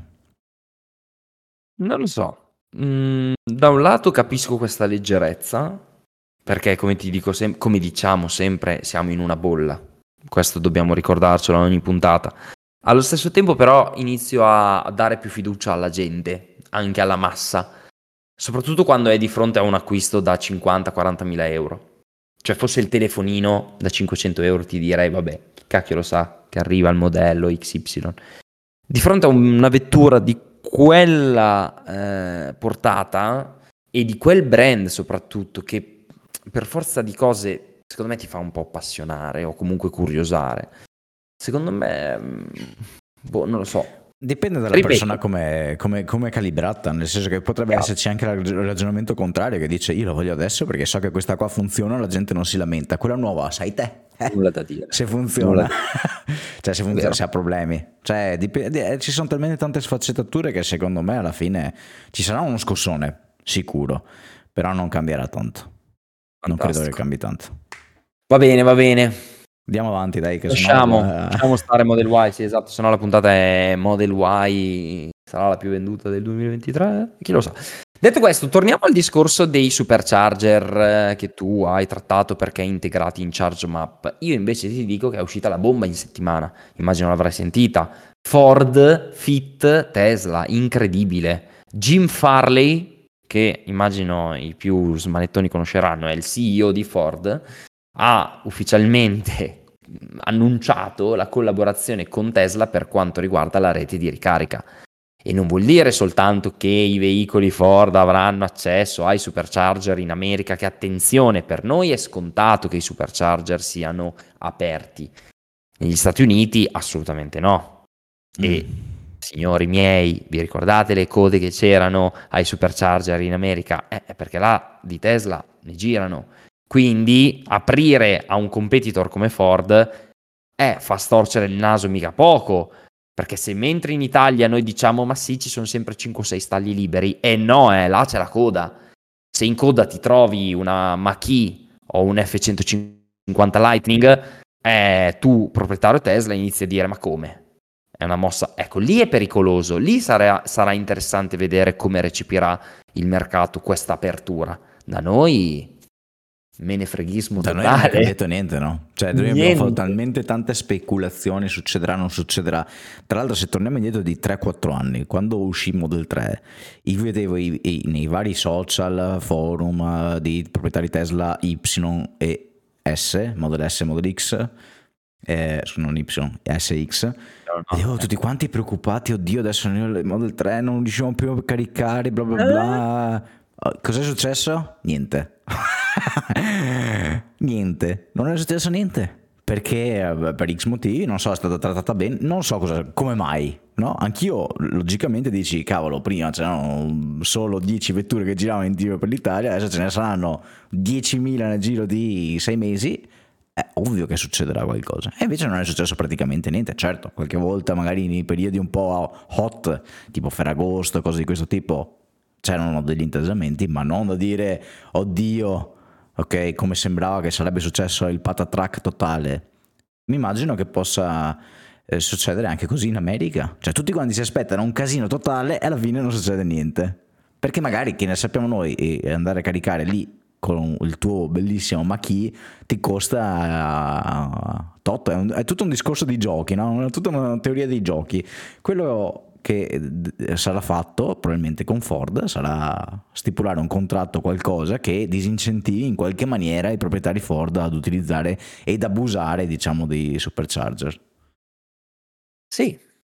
[SPEAKER 1] Non lo so. Da un lato capisco questa leggerezza, perché come ti dico come diciamo sempre, siamo in una bolla. Questo dobbiamo ricordarcelo a ogni puntata. Allo stesso tempo però inizio a dare più fiducia alla gente, anche alla massa, soprattutto quando è di fronte a un acquisto da 50-40 mila euro. Cioè fosse il telefonino da 500 euro ti direi vabbè, chi cacchio lo sa che arriva il modello XY. Di fronte a una vettura di quella portata e di quel brand soprattutto, che per forza di cose secondo me ti fa un po' appassionare o comunque curiosare, secondo me non lo so,
[SPEAKER 2] dipende dalla persona come è calibrata, nel senso che potrebbe esserci anche il ragionamento contrario che dice io lo voglio adesso perché so che questa qua funziona, la gente non si lamenta, quella nuova sai te.
[SPEAKER 1] Nulla da dire.
[SPEAKER 2] Se funziona, cioè se funziona, se ha problemi, cioè ci sono talmente tante sfaccettature che secondo me alla fine ci sarà uno scossone sicuro, però non cambierà tanto. Fantastico. Non credo che cambi tanto.
[SPEAKER 1] Va bene,
[SPEAKER 2] andiamo avanti dai, che
[SPEAKER 1] lasciamo stare Model Y, sì esatto, se no la puntata è Model Y sarà la più venduta del 2023, chi lo sa. Detto questo, torniamo al discorso dei supercharger che tu hai trattato perché integrati in ChargeMap. Io invece ti dico che è uscita la bomba in settimana, immagino l'avrai sentita. Ford, Fit, Tesla, incredibile. Jim Farley, che immagino i più smanettoni conosceranno, è il CEO di Ford, ha ufficialmente annunciato la collaborazione con Tesla per quanto riguarda la rete di ricarica. E non vuol dire soltanto che i veicoli Ford avranno accesso ai supercharger in America, che attenzione, per noi è scontato che i supercharger siano aperti. Negli Stati Uniti assolutamente no. E signori miei, vi ricordate le code che c'erano ai supercharger in America? Perché là di Tesla ne girano. Quindi aprire a un competitor come Ford fa storcere il naso mica poco. Perché se mentre in Italia noi diciamo ma sì ci sono sempre 5-6 stalli liberi, no, là c'è la coda. Se in coda ti trovi una Mach-E o un F-150 Lightning, tu proprietario Tesla inizi a dire ma come? È una mossa, ecco, lì è pericoloso, lì sarà interessante vedere come recepirà il mercato questa apertura. Da noi menefreghismo totale.
[SPEAKER 2] Da noi non è cambiato niente, no? Cioè noi abbiamo fatto talmente tante speculazioni, succederà, non succederà. Tra l'altro se torniamo indietro di 3-4 anni, quando uscì Model 3, io vedevo nei vari social, forum di proprietari Tesla Y e S, Model S, Model X, non Y, SX, vedevo tutti quanti preoccupati, oddio adesso il Model 3 non riusciamo più a caricare, bla bla bla. Cos'è successo? Niente. Niente, non è successo niente perché per X motivi, non so, è stata trattata bene, non so come mai, no? Anch'io logicamente dici cavolo, prima c'erano solo 10 vetture che giravano in giro per l'Italia, adesso ce ne saranno 10.000 nel giro di 6 mesi, è ovvio che succederà qualcosa. E invece non è successo praticamente niente. Certo, qualche volta magari nei periodi un po' hot, tipo Ferragosto, cose di questo tipo, c'erano degli intasamenti, ma non da dire oddio, ok, come sembrava che sarebbe successo il patatrack totale. Mi immagino che possa succedere anche così in America, cioè tutti quanti si aspettano un casino totale e alla fine non succede niente, perché magari che ne sappiamo noi, e andare a caricare lì con il tuo bellissimo Mach-E ti costa tot, è tutto un discorso di giochi, no? È tutta una teoria dei giochi. Quello che sarà fatto probabilmente con Ford sarà stipulare un contratto, qualcosa che disincentivi in qualche maniera i proprietari Ford ad utilizzare ed abusare, diciamo, dei supercharger.
[SPEAKER 1] Sì,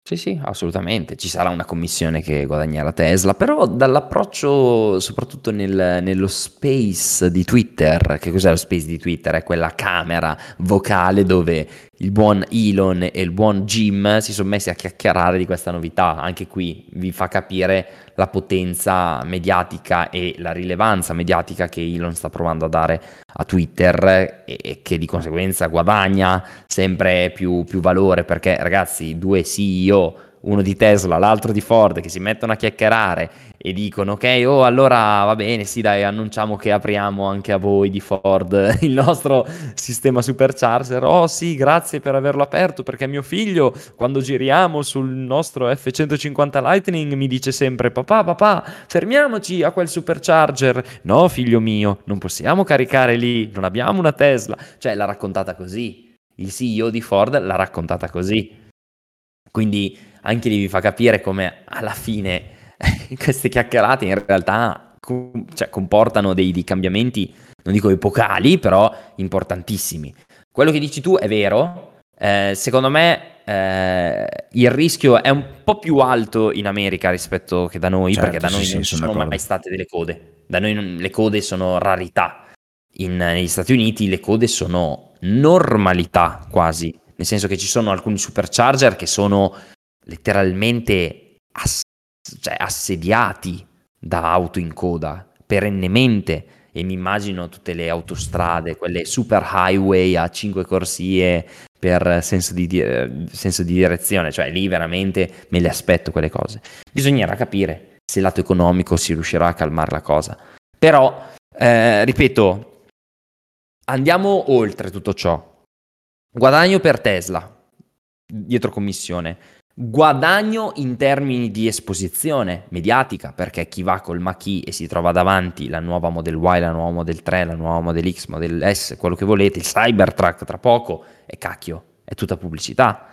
[SPEAKER 1] Sì, sì, assolutamente. Ci sarà una commissione che guadagnerà Tesla, però dall'approccio, soprattutto nello space di Twitter, che cos'è lo space di Twitter? È quella camera vocale dove il buon Elon e il buon Jim si sono messi a chiacchierare di questa novità. Anche qui vi fa capire la potenza mediatica e la rilevanza mediatica che Elon sta provando a dare a Twitter e che di conseguenza guadagna sempre più valore, perché ragazzi, due CEO, uno di Tesla, l'altro di Ford, che si mettono a chiacchierare e dicono ok, oh allora va bene, sì dai, annunciamo che apriamo anche a voi di Ford il nostro sistema supercharger. Oh sì, grazie per averlo aperto, perché mio figlio quando giriamo sul nostro F150 Lightning mi dice sempre papà, fermiamoci a quel supercharger. No figlio mio, non possiamo caricare lì, non abbiamo una Tesla. Cioè l'ha raccontata così, il CEO di Ford l'ha raccontata così. Quindi anche lì vi fa capire come alla fine queste chiacchierate in realtà cioè, comportano dei cambiamenti, non dico epocali, però importantissimi. Quello che dici tu è vero, secondo me il rischio è un po' più alto in America rispetto che da noi, perché
[SPEAKER 2] Certo,
[SPEAKER 1] da
[SPEAKER 2] sì,
[SPEAKER 1] noi
[SPEAKER 2] sì,
[SPEAKER 1] non ci
[SPEAKER 2] sono
[SPEAKER 1] sono mai
[SPEAKER 2] d'accordo.
[SPEAKER 1] state delle code, da noi le code sono rarità. Negli Stati Uniti le code sono normalità quasi, nel senso che ci sono alcuni supercharger che sono letteralmente cioè assediati da auto in coda perennemente, e mi immagino tutte le autostrade, quelle super highway a 5 corsie per senso di direzione, cioè lì veramente me le aspetto quelle cose. Bisognerà capire se lato economico si riuscirà a calmare la cosa. Però, ripeto, andiamo oltre tutto ciò. Guadagno per Tesla, dietro commissione. Guadagno in termini di esposizione mediatica, perché chi va col Mach-E e si trova davanti la nuova Model Y, la nuova Model 3, la nuova Model X, Model S, quello che volete, il Cybertruck tra poco, e cacchio, è tutta pubblicità.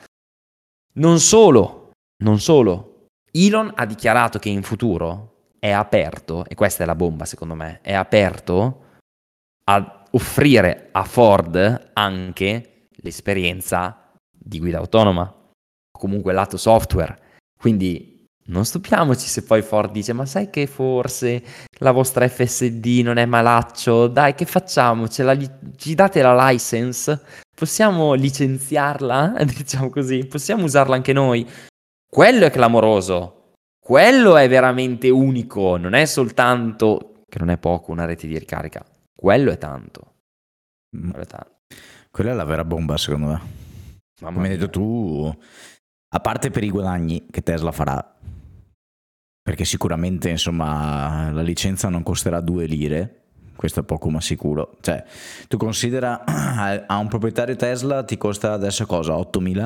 [SPEAKER 1] Non solo, Elon ha dichiarato che in futuro è aperto, e questa è la bomba secondo me, è aperto a offrire a Ford anche l'esperienza di guida autonoma, o comunque lato software. Quindi non stupiamoci se poi Ford dice ma sai che forse la vostra FSD non è malaccio, dai che facciamo, ci date la license? Possiamo licenziarla? Diciamo così, possiamo usarla anche noi? Quello è clamoroso, quello è veramente unico, non è soltanto, che non è poco, una rete di ricarica, quello è tanto,
[SPEAKER 2] Mm.
[SPEAKER 1] quello è tanto,
[SPEAKER 2] Quella è la vera bomba, secondo me.
[SPEAKER 1] mamma
[SPEAKER 2] Come hai detto
[SPEAKER 1] mia.
[SPEAKER 2] tu, a parte per i guadagni che Tesla farà, perché sicuramente, insomma, la licenza non costerà 2 lire, questo è poco ma sicuro. Cioè, tu considera a un proprietario Tesla ti costa adesso cosa? 8.000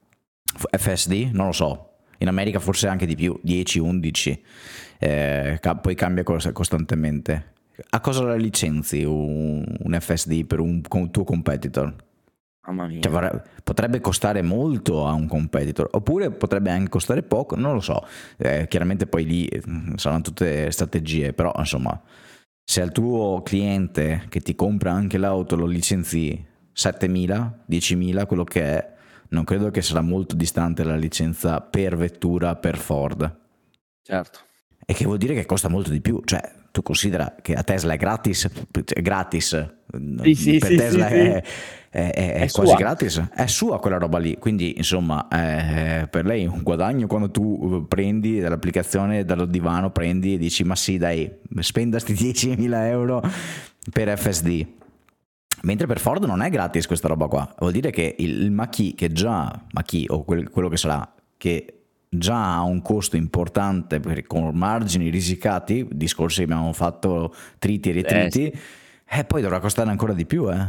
[SPEAKER 2] FSD? Non lo so. In America forse anche di più, 10, 11. Poi cambia costantemente. A cosa la licenzi un FSD per un tuo competitor?
[SPEAKER 1] Mamma
[SPEAKER 2] Cioè,
[SPEAKER 1] mia.
[SPEAKER 2] potrebbe costare molto a un competitor, oppure potrebbe anche costare poco, non lo so. Chiaramente poi lì saranno tutte strategie, però insomma, se al tuo cliente che ti compra anche l'auto lo licenzi 7.000, 10.000, quello che è, non credo che sarà molto distante la licenza per vettura per Ford.
[SPEAKER 1] Certo.
[SPEAKER 2] E che vuol dire che costa molto di più. Cioè, tu considera che a Tesla è gratis.
[SPEAKER 1] Sì, sì,
[SPEAKER 2] Per
[SPEAKER 1] sì, sì,
[SPEAKER 2] Tesla
[SPEAKER 1] sì. È
[SPEAKER 2] è quasi
[SPEAKER 1] sua.
[SPEAKER 2] gratis. È sua quella roba lì. Quindi, insomma, per lei è un guadagno quando tu prendi dall'applicazione, dal divano, prendi e dici, ma sì, dai, spenda sti 10.000 euro per FSD. Mentre per Ford non è gratis questa roba qua. Vuol dire che il Mach-E, che già, Mach-E o quello che sarà, che già ha un costo importante con margini risicati, discorsi che abbiamo fatto triti e ritriti,
[SPEAKER 1] Sì,
[SPEAKER 2] e poi dovrà costare ancora di più, eh.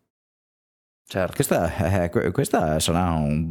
[SPEAKER 1] certo.
[SPEAKER 2] Questa sarà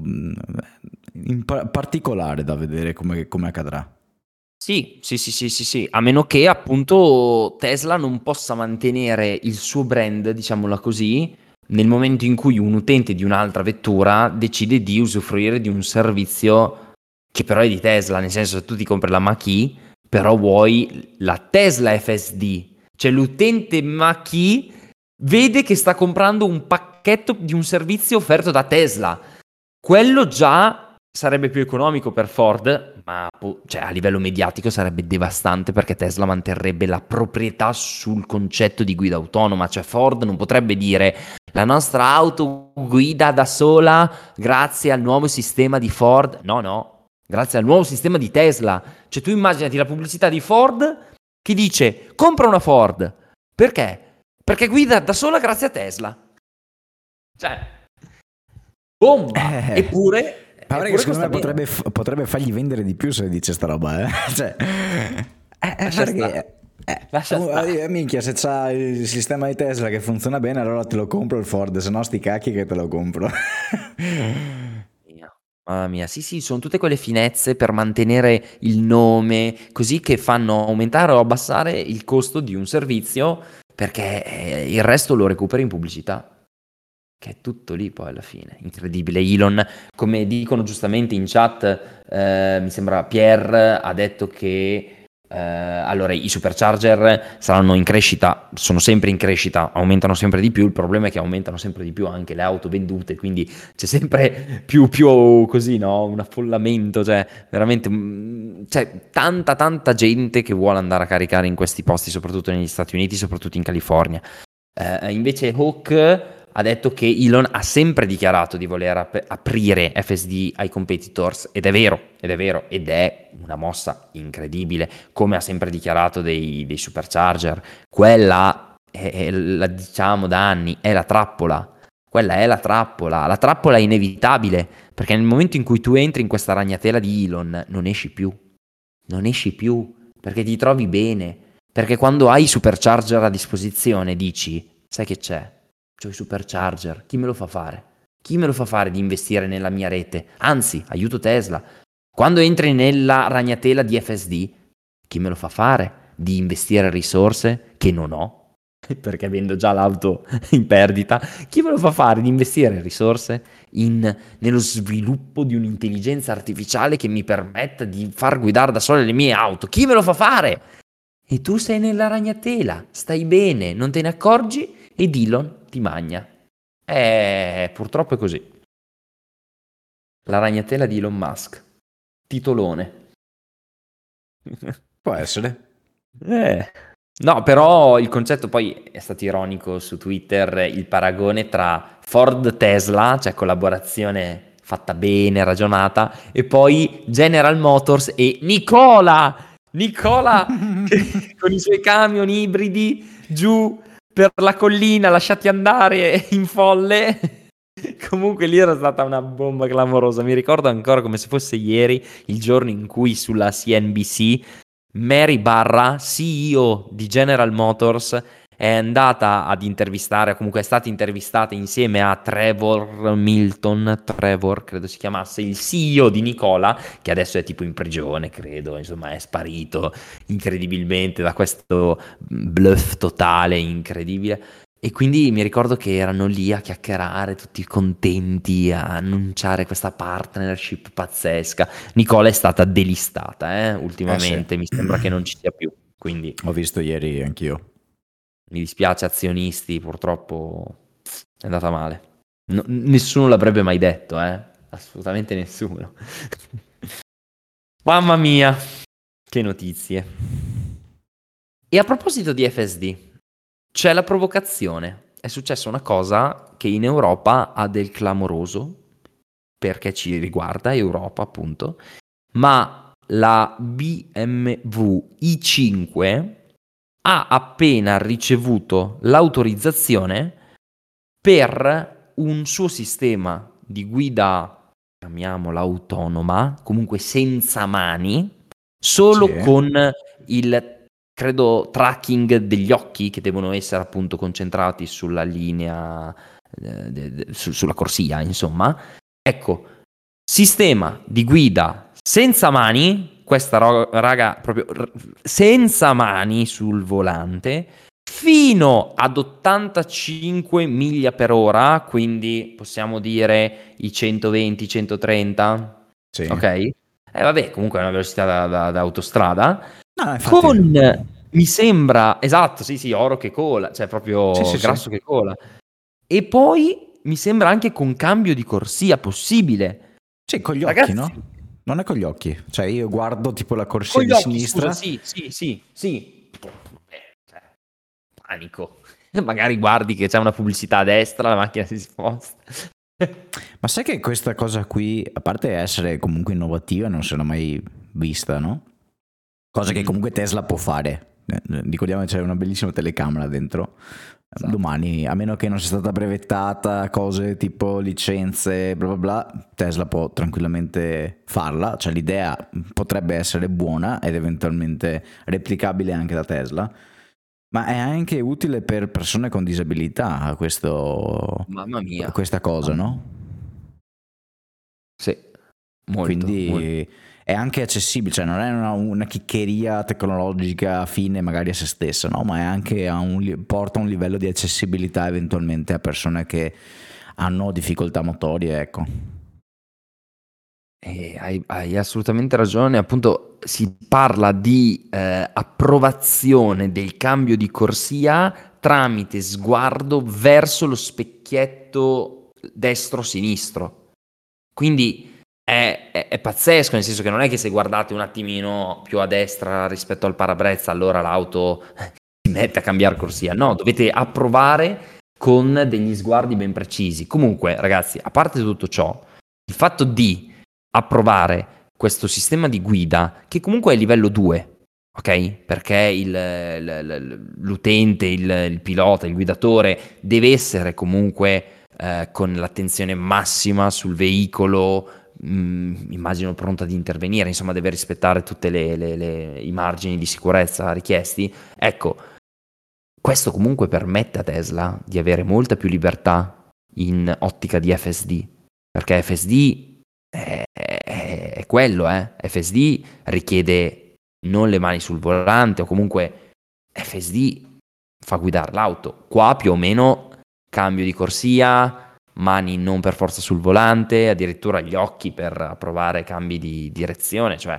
[SPEAKER 2] particolare da vedere come accadrà.
[SPEAKER 1] Sì, sì, sì, sì, sì, sì, a meno che appunto Tesla non possa mantenere il suo brand, diciamola così, nel momento in cui un utente di un'altra vettura decide di usufruire di un servizio che però è di Tesla, nel senso che tu ti compri la Mach-E, però vuoi la Tesla FSD, cioè l'utente Mach-E vede che sta comprando un pacchetto di un servizio offerto da Tesla. Quello già sarebbe più economico per Ford, ma cioè, a livello mediatico sarebbe devastante perché Tesla manterrebbe la proprietà sul concetto di guida autonoma, cioè Ford non potrebbe dire la nostra auto guida da sola grazie al nuovo sistema di Ford, no, grazie al nuovo sistema di Tesla, cioè tu immaginati la pubblicità di Ford che dice compra una Ford, perché? Perché guida da sola grazie a Tesla, cioè bomba, eppure
[SPEAKER 2] Pare che secondo
[SPEAKER 1] costa
[SPEAKER 2] me
[SPEAKER 1] meno.
[SPEAKER 2] potrebbe fargli vendere di più se dice sta roba, eh. Cioè,
[SPEAKER 1] Lascia stare.
[SPEAKER 2] perché,
[SPEAKER 1] Lascia stare.
[SPEAKER 2] minchia, se c'ha il sistema di Tesla che funziona bene, allora te lo compro il Ford, se no sti cacchi che te lo compro.
[SPEAKER 1] Mamma mia, sì, sì, sono tutte quelle finezze per mantenere il nome, così che fanno aumentare o abbassare il costo di un servizio, perché il resto lo recuperi in pubblicità. Che è tutto lì poi alla fine. Incredibile. Elon, come dicono giustamente in chat, mi sembra Pierre ha detto che allora i supercharger saranno in crescita, sono sempre in crescita, aumentano sempre di più. Il problema è che aumentano sempre di più anche le auto vendute, quindi c'è sempre più così, no? Un affollamento, cioè veramente c'è tanta gente che vuole andare a caricare in questi posti, soprattutto negli Stati Uniti, soprattutto in California. Invece Hawk ha detto che Elon ha sempre dichiarato di voler aprire FSD ai competitors ed è vero, ed è una mossa incredibile, come ha sempre dichiarato dei supercharger. Quella la diciamo da anni, è la trappola. Quella è la trappola è inevitabile, perché nel momento in cui tu entri in questa ragnatela di Elon non esci più, perché ti trovi bene, perché quando hai i supercharger a disposizione dici, sai che c'è? C'ho i supercharger, chi me lo fa fare? Chi me lo fa fare di investire nella mia rete? Anzi, aiuto Tesla. Quando entri nella ragnatela di FSD, chi me lo fa fare di investire risorse che non ho? Perché vendo già l'auto in perdita. Chi me lo fa fare di investire risorse nello sviluppo di un'intelligenza artificiale che mi permetta di far guidare da sole le mie auto? Chi me lo fa fare? E tu sei nella ragnatela, stai bene, non te ne accorgi e Elon ti magna. Purtroppo è così. La ragnatela di Elon Musk. Titolone.
[SPEAKER 2] Può essere.
[SPEAKER 1] Eh. No, però il concetto poi è stato ironico su Twitter, il paragone tra Ford-Tesla, cioè collaborazione fatta bene, ragionata, e poi General Motors e Nicola che con i suoi camion ibridi giù per la collina lasciati andare in folle. Comunque lì era stata una bomba clamorosa. Mi ricordo ancora come se fosse ieri, il giorno in cui sulla CNBC Mary Barra, CEO di General Motors, è andata ad intervistare, comunque è stata intervistata insieme a Trevor Milton, Trevor credo si chiamasse, il CEO di Nicola, che adesso è tipo in prigione, credo, insomma è sparito incredibilmente da questo bluff totale, incredibile. E quindi mi ricordo che erano lì a chiacchierare, tutti contenti, a annunciare questa partnership pazzesca. Nicola è stata delistata,
[SPEAKER 2] Sì,
[SPEAKER 1] ultimamente, mi sembra che non ci sia più. Quindi
[SPEAKER 2] ho visto ieri anch'io.
[SPEAKER 1] mi dispiace, azionisti, purtroppo è andata male. Nessuno l'avrebbe mai detto, assolutamente nessuno. Mamma mia, che notizie. E a proposito di FSD, c'è la provocazione. È successa una cosa che in Europa ha del clamoroso, perché ci riguarda, Europa appunto, ma la BMW i5 ha appena ricevuto l'autorizzazione per un suo sistema di guida, chiamiamola autonoma, comunque senza mani,
[SPEAKER 2] Sì.
[SPEAKER 1] solo con il, credo, tracking degli occhi che devono essere appunto concentrati sulla linea, sulla corsia, insomma. Ecco, sistema di guida senza mani, questa raga proprio senza mani sul volante, fino ad 85 miglia per ora, quindi possiamo dire i 120-130,
[SPEAKER 2] Sì.
[SPEAKER 1] ok? Vabbè, comunque è una velocità da autostrada,
[SPEAKER 2] No, infatti.
[SPEAKER 1] con, mi sembra, esatto, sì, sì, oro che cola, cioè
[SPEAKER 2] Sì,
[SPEAKER 1] proprio
[SPEAKER 2] sì, sì.
[SPEAKER 1] grasso che cola. E poi mi sembra anche con cambio di corsia possibile.
[SPEAKER 2] Sì, con gli occhi,
[SPEAKER 1] Ragazzi,
[SPEAKER 2] no? Non è con gli occhi. Cioè, io guardo tipo la
[SPEAKER 1] con
[SPEAKER 2] corsia
[SPEAKER 1] gli
[SPEAKER 2] di
[SPEAKER 1] occhi, scusa,
[SPEAKER 2] sinistra.
[SPEAKER 1] sì. Cioè, panico. Magari guardi che c'è una pubblicità a destra, la macchina si sposta.
[SPEAKER 2] Ma sai che questa cosa qui, a parte essere comunque innovativa, non se l'ho mai vista, no? Cosa che
[SPEAKER 1] Mhm,
[SPEAKER 2] comunque Tesla può fare. Ricordiamo che c'è una bellissima telecamera dentro.
[SPEAKER 1] esatto.
[SPEAKER 2] Domani, a meno che non sia stata brevettata, cose tipo licenze, bla bla bla, Tesla può tranquillamente farla. Cioè l'idea potrebbe essere buona ed eventualmente replicabile anche da Tesla. Ma è anche utile per persone con disabilità
[SPEAKER 1] Mamma mia.
[SPEAKER 2] questa cosa,
[SPEAKER 1] Mamma-
[SPEAKER 2] no?
[SPEAKER 1] Sì, molto, molto.
[SPEAKER 2] Quindi è anche accessibile, cioè non è una chiccheria tecnologica fine magari a se stessa, no? Ma è anche porta a un livello di accessibilità eventualmente a persone che hanno difficoltà motorie, ecco.
[SPEAKER 1] Hai assolutamente ragione, appunto si parla di approvazione del cambio di corsia tramite sguardo verso lo specchietto destro-sinistro. Quindi è pazzesco, nel senso che non è che se guardate un attimino più a destra rispetto al parabrezza, allora l'auto si mette a cambiare corsia. No, dovete approvare con degli sguardi ben precisi. Comunque, ragazzi, a parte tutto ciò, il fatto di approvare questo sistema di guida, che comunque è livello 2, ok? Perché l'utente, il pilota, il guidatore deve essere comunque con l'attenzione massima sul veicolo, immagino pronto ad intervenire, insomma deve rispettare tutti i margini di sicurezza richiesti. Ecco, questo comunque permette a Tesla di avere molta più libertà in ottica di FSD, perché FSD è quello, FSD richiede non le mani sul volante o comunque FSD fa guidare l'auto. Qua più o meno cambio di corsia, mani non per forza sul volante, addirittura gli occhi per approvare cambi di direzione, cioè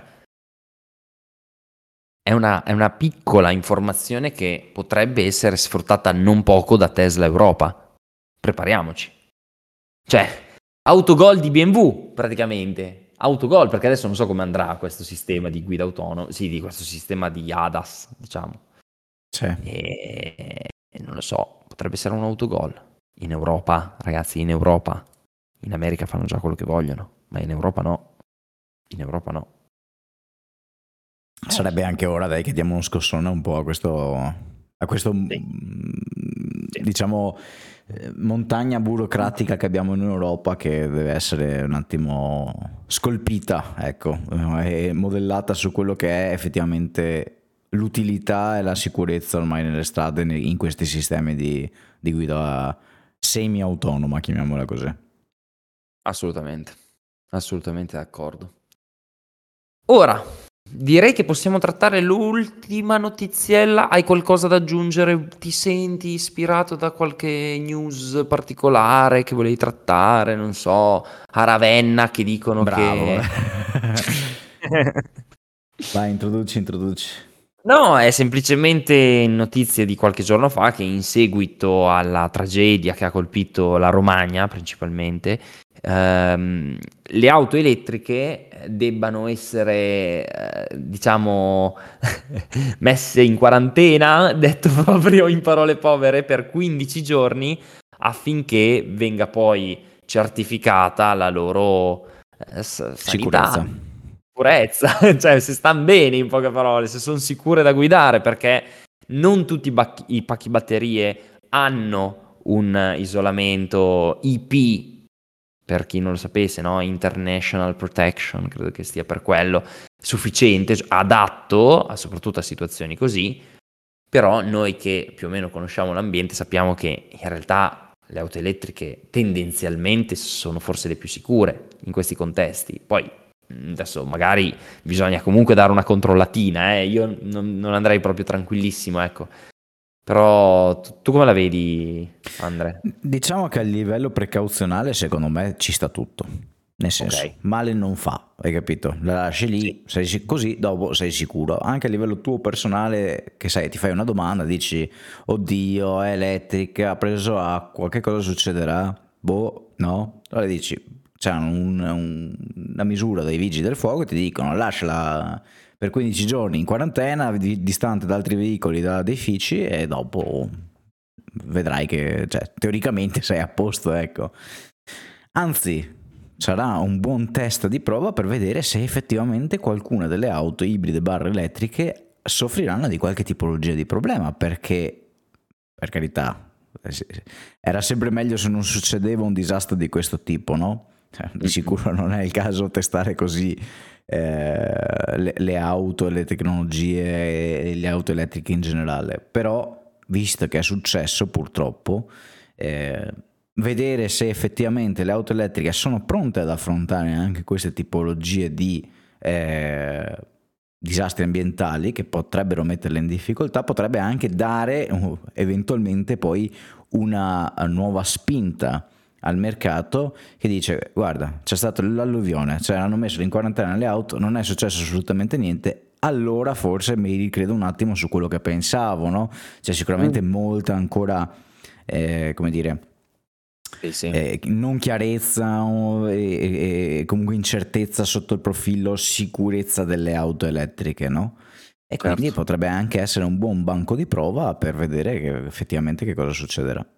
[SPEAKER 1] è una piccola informazione che potrebbe essere sfruttata non poco da Tesla Europa. Prepariamoci. Cioè, autogol di BMW praticamente. Autogol, perché adesso non so come andrà questo sistema di guida autonoma, sì, di questo sistema di ADAS, diciamo.
[SPEAKER 2] Sì.
[SPEAKER 1] E non lo so, potrebbe essere un autogol. In Europa, ragazzi, in Europa. In America fanno già quello che vogliono, ma in Europa no. In Europa no.
[SPEAKER 2] Sarebbe anche ora, dai, che diamo uno scossone un po' a questo
[SPEAKER 1] Sì, sì.
[SPEAKER 2] diciamo, montagna burocratica che abbiamo in Europa che deve essere un attimo scolpita, ecco, e modellata su quello che è effettivamente l'utilità e la sicurezza ormai nelle strade in questi sistemi di guida semi-autonoma, chiamiamola così.
[SPEAKER 1] Assolutamente, assolutamente d'accordo. Ora, direi che possiamo trattare l'ultima notiziella. Hai qualcosa da aggiungere? Ti senti ispirato da qualche news particolare che volevi trattare? Non so, a Ravenna che dicono
[SPEAKER 2] Bravo.
[SPEAKER 1] che...
[SPEAKER 2] Vai, introduci.
[SPEAKER 1] No, è semplicemente notizie di qualche giorno fa che in seguito alla tragedia che ha colpito la Romagna principalmente, le auto elettriche debbano essere, diciamo, messe in quarantena, detto proprio in parole povere, per 15 giorni affinché venga poi certificata la loro sanità,
[SPEAKER 2] Sicurezza.
[SPEAKER 1] sicurezza, cioè se stanno bene in poche parole, se sono sicure da guidare, perché non tutti i pacchi batterie hanno un isolamento IP, per chi non lo sapesse, no? International Protection, credo che stia per quello, sufficiente, adatto soprattutto a situazioni così, però noi che più o meno conosciamo l'ambiente sappiamo che in realtà le auto elettriche tendenzialmente sono forse le più sicure in questi contesti. Poi adesso magari bisogna comunque dare una controllatina, io non andrei proprio tranquillissimo, ecco. Però tu come la vedi, Andre?
[SPEAKER 2] Diciamo che a livello precauzionale secondo me ci sta tutto. Nel
[SPEAKER 1] Ok,
[SPEAKER 2] senso, male non fa, hai capito? La lasci
[SPEAKER 1] sì.
[SPEAKER 2] lì, così dopo sei sicuro. Anche a livello tuo personale, che sai, ti fai una domanda, dici, oddio, è elettrica, ha preso acqua, che cosa succederà? Boh, no? Allora dici, c'è una misura dai vigili del fuoco e ti dicono lasciala per 15 giorni in quarantena, distante da altri veicoli, da edifici, e dopo vedrai che, cioè, teoricamente sei a posto, ecco. Anzi, sarà un buon test di prova per vedere se effettivamente qualcuna delle auto ibride barra elettriche soffriranno di qualche tipologia di problema, perché, per carità, era sempre meglio se non succedeva un disastro di questo tipo, no? Di sicuro non è il caso testare così le auto, le tecnologie e le auto elettriche in generale, però visto che è successo purtroppo, vedere se effettivamente le auto elettriche sono pronte ad affrontare anche queste tipologie di disastri ambientali che potrebbero metterle in difficoltà, potrebbe anche dare eventualmente poi una nuova spinta al mercato che dice guarda, c'è stata l'alluvione, cioè hanno messo in quarantena le auto, non è successo assolutamente niente, allora forse mi ricredo un attimo su quello che pensavo, no? C'è sicuramente molta ancora come dire non chiarezza e comunque incertezza sotto il profilo sicurezza delle auto elettriche, no? E quindi potrebbe anche essere un buon banco di prova per vedere effettivamente che cosa succederà.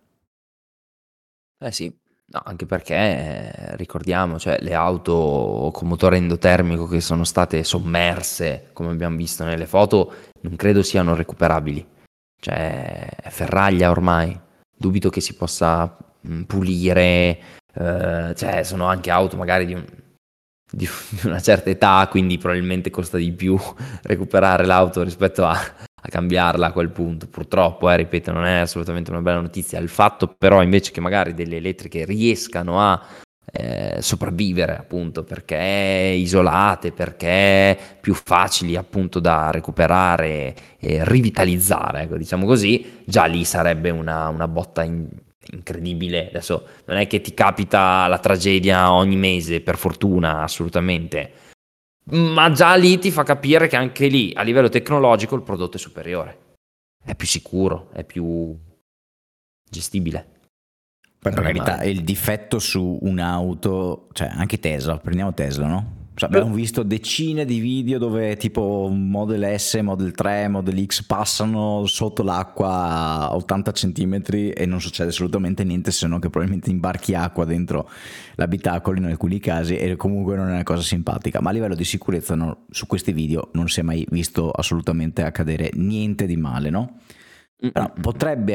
[SPEAKER 1] Sì, no, anche perché ricordiamo, cioè, le auto con motore endotermico che sono state sommerse, come abbiamo visto nelle foto, non credo siano recuperabili. Cioè, è ferraglia ormai. Dubito che si possa pulire. Cioè, sono anche auto magari di una certa età, quindi probabilmente costa di più recuperare l'auto rispetto a cambiarla a quel punto. Purtroppo, ripeto, non è assolutamente una bella notizia. Il fatto però invece che magari delle elettriche riescano a sopravvivere, appunto perché isolate, perché più facili appunto da recuperare e rivitalizzare, ecco, diciamo così, già lì sarebbe una botta incredibile. Adesso non è che ti capita la tragedia ogni mese, per fortuna, assolutamente, ma già lì ti fa capire che anche lì a livello tecnologico il prodotto è superiore, è più sicuro, è più gestibile.
[SPEAKER 2] Per carità, il difetto su un'auto, cioè anche Tesla, prendiamo Tesla, no? Cioè, abbiamo visto decine di video dove tipo Model S, Model 3, Model X passano sotto l'acqua a 80 centimetri e non succede assolutamente niente, se non che probabilmente imbarchi acqua dentro l'abitacolo in alcuni casi, e comunque non è una cosa simpatica. Ma a livello di sicurezza su questi video non si è mai visto assolutamente accadere niente di male, no? Però potrebbe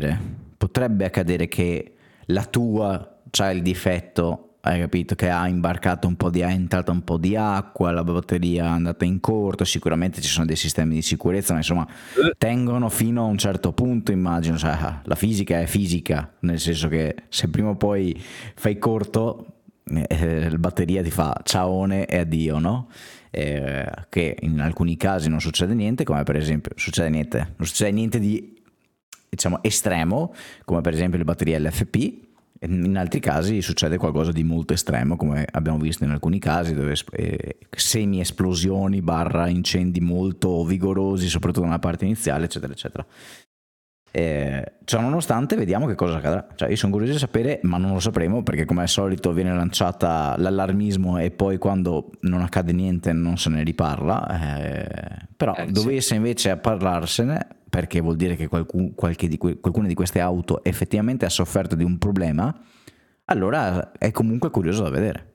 [SPEAKER 2] accadere che la tua c'ha il difetto, hai capito, che ha imbarcato è entrata un po' di acqua, la batteria è andata in corto, sicuramente ci sono dei sistemi di sicurezza, ma insomma tengono fino a un certo punto, immagino, cioè, la fisica è fisica, nel senso che se prima o poi fai corto, la batteria ti fa ciaone e addio, no? Che in alcuni casi non succede niente, come per esempio non succede niente di, diciamo, estremo, come per esempio le batterie LFP. In altri casi succede qualcosa di molto estremo, come abbiamo visto in alcuni casi, dove semi esplosioni barra incendi molto vigorosi, soprattutto nella parte iniziale, eccetera eccetera. Ciò nonostante, vediamo che cosa accadrà. Cioè, io sono curioso di sapere, ma non lo sapremo, perché come al solito viene lanciata l'allarmismo e poi quando non accade niente non se ne riparla. Però dovesse invece a parlarsene, perché vuol dire che qualcuna di queste auto effettivamente ha sofferto di un problema, allora è comunque curioso da vedere.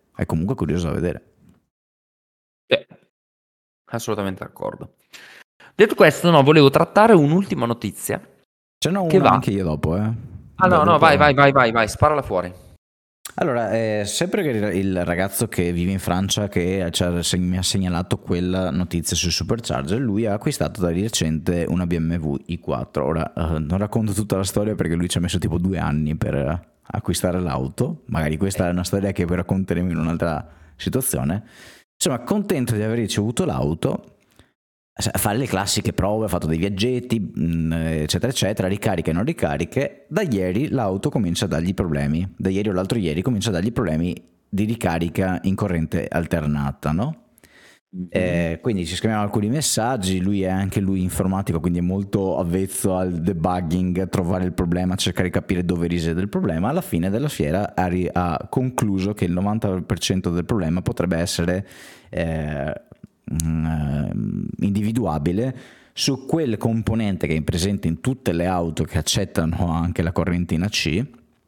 [SPEAKER 1] Assolutamente d'accordo. Detto questo, no, volevo trattare un'ultima notizia.
[SPEAKER 2] Ce n'ho una anche io dopo.
[SPEAKER 1] No, vai, sparala fuori.
[SPEAKER 2] Allora, sempre che il ragazzo che vive in Francia che mi ha segnalato quella notizia sul Supercharger, lui ha acquistato da recente una BMW i4. Ora, non racconto tutta la storia perché lui ci ha messo tipo 2 anni per acquistare l'auto, magari questa è una storia che poi racconteremo in un'altra situazione. Insomma, contento di aver ricevuto l'auto, fare le classiche prove, ha fatto dei viaggetti, eccetera eccetera, ricariche e non ricariche. Da ieri l'auto comincia a dargli problemi, da ieri o l'altro ieri comincia a dargli problemi di ricarica in corrente alternata, no?
[SPEAKER 1] Mhm.
[SPEAKER 2] Quindi ci scambiamo alcuni messaggi, lui è anche lui informatico, quindi è molto avvezzo al debugging, a trovare il problema, a cercare di capire dove risiede il problema. Alla fine della fiera ha concluso che il 90% del problema potrebbe essere eh, individuabile su quel componente che è presente in tutte le auto che accettano anche la correntina C,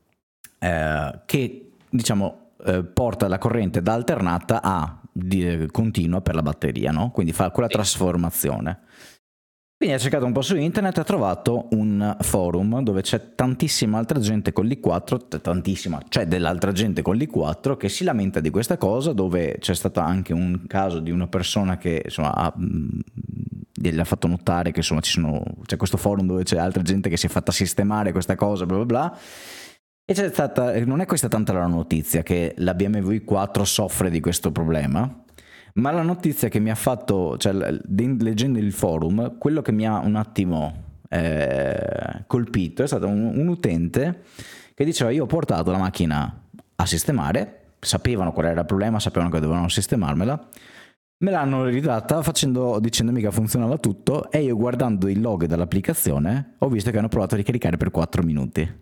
[SPEAKER 2] che diciamo porta la corrente da alternata a continua per la batteria, no? Quindi fa quella
[SPEAKER 1] Sì.
[SPEAKER 2] trasformazione. Quindi ha cercato un po' su internet e ha trovato un forum dove c'è tantissima altra gente con l'I4, tantissima, c'è dell'altra gente con l'I4 che si lamenta di questa cosa, dove c'è stato anche un caso di una persona che insomma gli ha fatto notare che insomma c'è questo forum dove c'è altra gente che si è fatta sistemare questa cosa, bla bla bla. E c'è stata, non è questa tanta la notizia che la BMW i4 soffre di questo problema, ma la notizia che mi ha fatto, cioè leggendo il forum, quello che mi ha un attimo colpito è stato un utente che diceva: io ho portato la macchina a sistemare, sapevano qual era il problema, sapevano che dovevano sistemarmela, me l'hanno ridata dicendomi che funzionava tutto, e io guardando il log dell'applicazione ho visto che hanno provato a ricaricare per 4 minuti.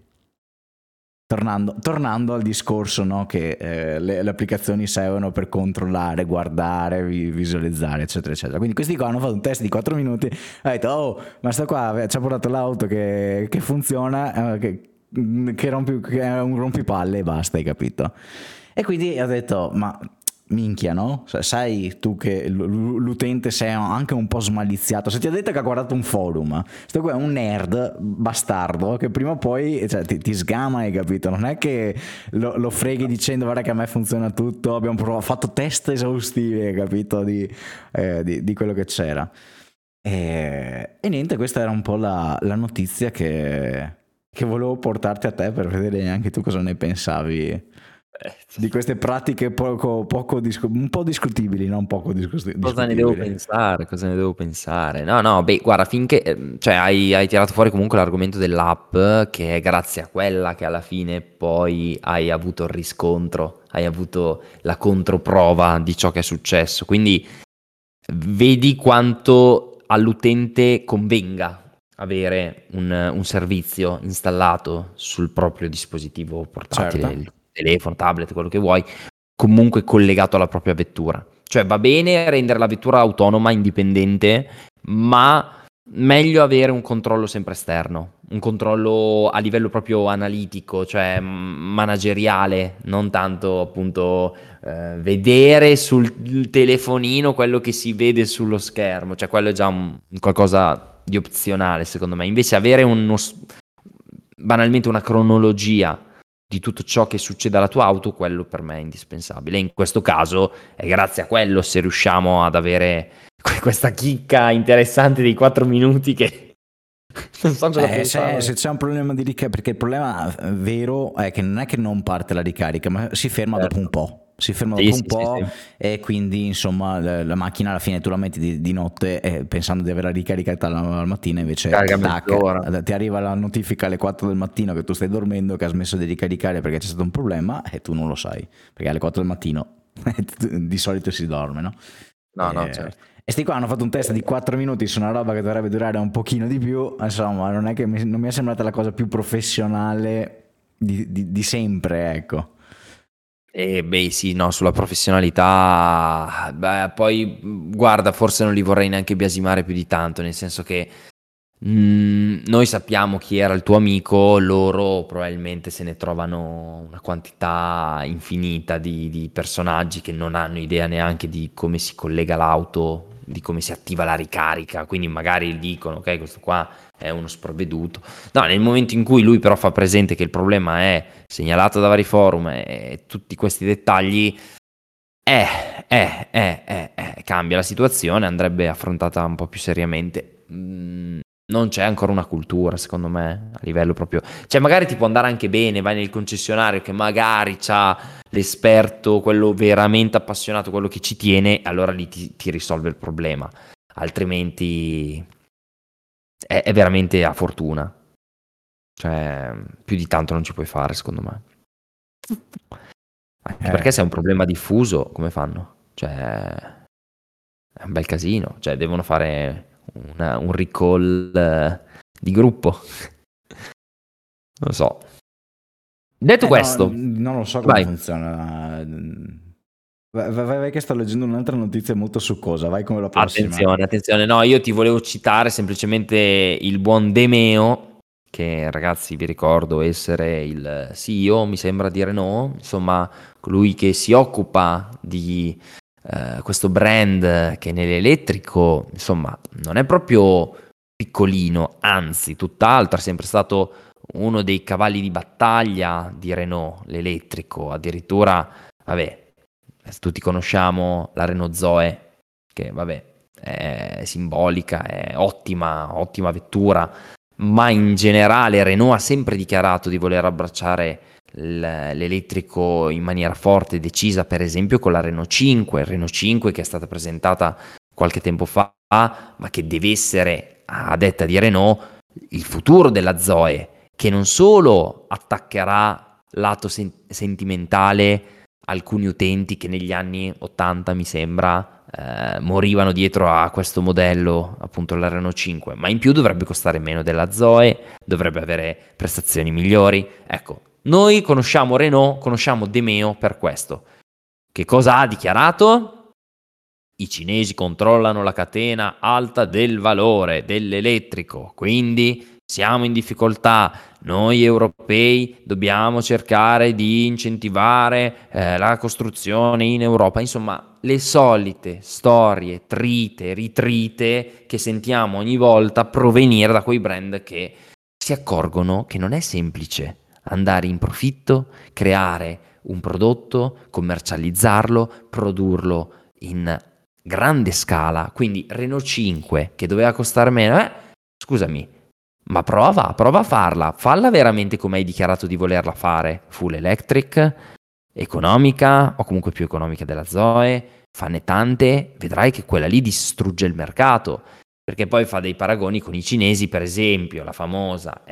[SPEAKER 2] Tornando al discorso, no, che le applicazioni servono per controllare, guardare, visualizzare, eccetera, eccetera. Quindi questi qua hanno fatto un test di 4 minuti, ha detto: oh, ma sto qua ci ha portato l'auto che funziona, che è un rompipalle e basta, hai capito? E quindi ho detto: ma minchia, no? Sai tu che l'utente sei anche un po' smaliziato. Se ti ha detto che ha guardato un forum, sto qua è un nerd bastardo che prima o poi, cioè, ti sgama, hai capito? Non è che lo freghi dicendo: guarda che a me funziona tutto, abbiamo fatto test esaustivi, hai capito, di quello che c'era. E niente, questa era un po' la notizia che volevo portarti a te per vedere anche tu cosa ne pensavi di queste pratiche un po' discutibili, non poco
[SPEAKER 1] Cosa ne devo
[SPEAKER 2] discutibili.
[SPEAKER 1] pensare? Cosa ne devo pensare? No, no, beh, guarda, finché, cioè, hai tirato fuori comunque l'argomento dell'app, che è grazie a quella che alla fine poi hai avuto il riscontro, hai avuto la controprova di ciò che è successo. Quindi vedi quanto all'utente convenga avere un servizio installato sul proprio dispositivo portatile,
[SPEAKER 2] Certo.
[SPEAKER 1] il telefono, tablet, quello che vuoi, comunque collegato alla propria vettura. Cioè va bene rendere la vettura autonoma, indipendente, ma meglio avere un controllo sempre esterno, un controllo a livello proprio analitico, cioè manageriale, non tanto appunto vedere sul telefonino quello che si vede sullo schermo, cioè quello è già un qualcosa di opzionale secondo me. Invece avere banalmente una cronologia di tutto ciò che succede alla tua auto, quello per me è indispensabile. In questo caso è grazie a quello se riusciamo ad avere questa chicca interessante dei 4 minuti che non so cosa
[SPEAKER 2] Se
[SPEAKER 1] pensare.
[SPEAKER 2] c'è un problema di ricarica, perché il problema vero è che non è che non parte la ricarica, ma si ferma dopo un
[SPEAKER 1] Certo.
[SPEAKER 2] po'. Si ferma
[SPEAKER 1] Sì,
[SPEAKER 2] dopo un
[SPEAKER 1] sì, sì,
[SPEAKER 2] po',
[SPEAKER 1] sì.
[SPEAKER 2] e quindi insomma la macchina alla fine tu la metti di notte, pensando di averla ricaricata la mattina, invece
[SPEAKER 1] Carica mezz'ora.
[SPEAKER 2] tac, ti arriva la notifica alle 4 del mattino che tu stai dormendo, che ha smesso di ricaricare perché c'è stato un problema e tu non lo sai, perché alle 4 del mattino di solito si dorme, no?
[SPEAKER 1] No, no,
[SPEAKER 2] E,
[SPEAKER 1] certo.
[SPEAKER 2] e sti qua hanno fatto un test di 4 minuti su una roba che dovrebbe durare un pochino di più, insomma, non è che non mi è sembrata la cosa più professionale di sempre, ecco.
[SPEAKER 1] E beh, sì, no, sulla professionalità, beh, poi guarda, forse non li vorrei neanche biasimare più di tanto, nel senso che noi sappiamo chi era il tuo amico, loro probabilmente se ne trovano una quantità infinita di personaggi che non hanno idea neanche di come si collega l'auto, di come si attiva la ricarica, quindi magari dicono, ok, questo qua è uno sprovveduto. No, nel momento in cui lui però fa presente che il problema è segnalato da vari forum e tutti questi dettagli, cambia la situazione, andrebbe affrontata un po' più seriamente. Non c'è ancora una cultura, secondo me, a livello proprio. Cioè, magari ti può andare anche bene, vai nel concessionario che magari c'ha l'esperto, quello veramente appassionato, quello che ci tiene, allora lì ti risolve il problema. Altrimenti è veramente a fortuna. Cioè, più di tanto non ci puoi fare, secondo me. Anche perché se è un problema diffuso, come fanno? Cioè, è un bel casino, cioè devono fare un recall di gruppo. Non lo so. Detto
[SPEAKER 2] No,
[SPEAKER 1] questo,
[SPEAKER 2] non lo so come
[SPEAKER 1] vai.
[SPEAKER 2] funziona. Vai che sto leggendo un'altra notizia molto succosa, vai come la prossima.
[SPEAKER 1] Attenzione, attenzione. No, io ti volevo citare semplicemente il buon Demeo, che ragazzi vi ricordo essere il CEO, mi sembra di Renault, insomma, colui che si occupa di questo brand che nell'elettrico, insomma, non è proprio piccolino, anzi, tutt'altro, è sempre stato uno dei cavalli di battaglia di Renault, l'elettrico, addirittura, vabbè, tutti conosciamo la Renault Zoe, che vabbè, è simbolica, è ottima, ottima vettura, ma in generale Renault ha sempre dichiarato di voler abbracciare l'elettrico in maniera forte e decisa, per esempio con la Renault 5, il Renault 5 che è stata presentata qualche tempo fa, ma che deve essere, a detta di Renault, il futuro della Zoe, che non solo attaccherà lato sentimentale alcuni utenti che negli anni 80 mi sembra morivano dietro a questo modello, appunto la Renault 5, ma in più dovrebbe costare meno della Zoe, dovrebbe avere prestazioni migliori. Ecco, noi conosciamo Renault, conosciamo De Meo per questo. Che cosa ha dichiarato? I cinesi controllano la catena alta del valore dell'elettrico, quindi siamo in difficoltà. Noi europei dobbiamo cercare di incentivare la costruzione in Europa. Insomma, le solite storie trite, ritrite che sentiamo ogni volta provenire da quei brand che si accorgono che non è semplice andare in profitto, creare un prodotto, commercializzarlo, produrlo in grande scala. Quindi Renault 5 che doveva costare meno, scusami, ma prova a farla, falla veramente come hai dichiarato di volerla fare, full electric, economica o comunque più economica della Zoe, fanne tante, vedrai che quella lì distrugge il mercato, perché poi fa dei paragoni con i cinesi, per esempio la famosa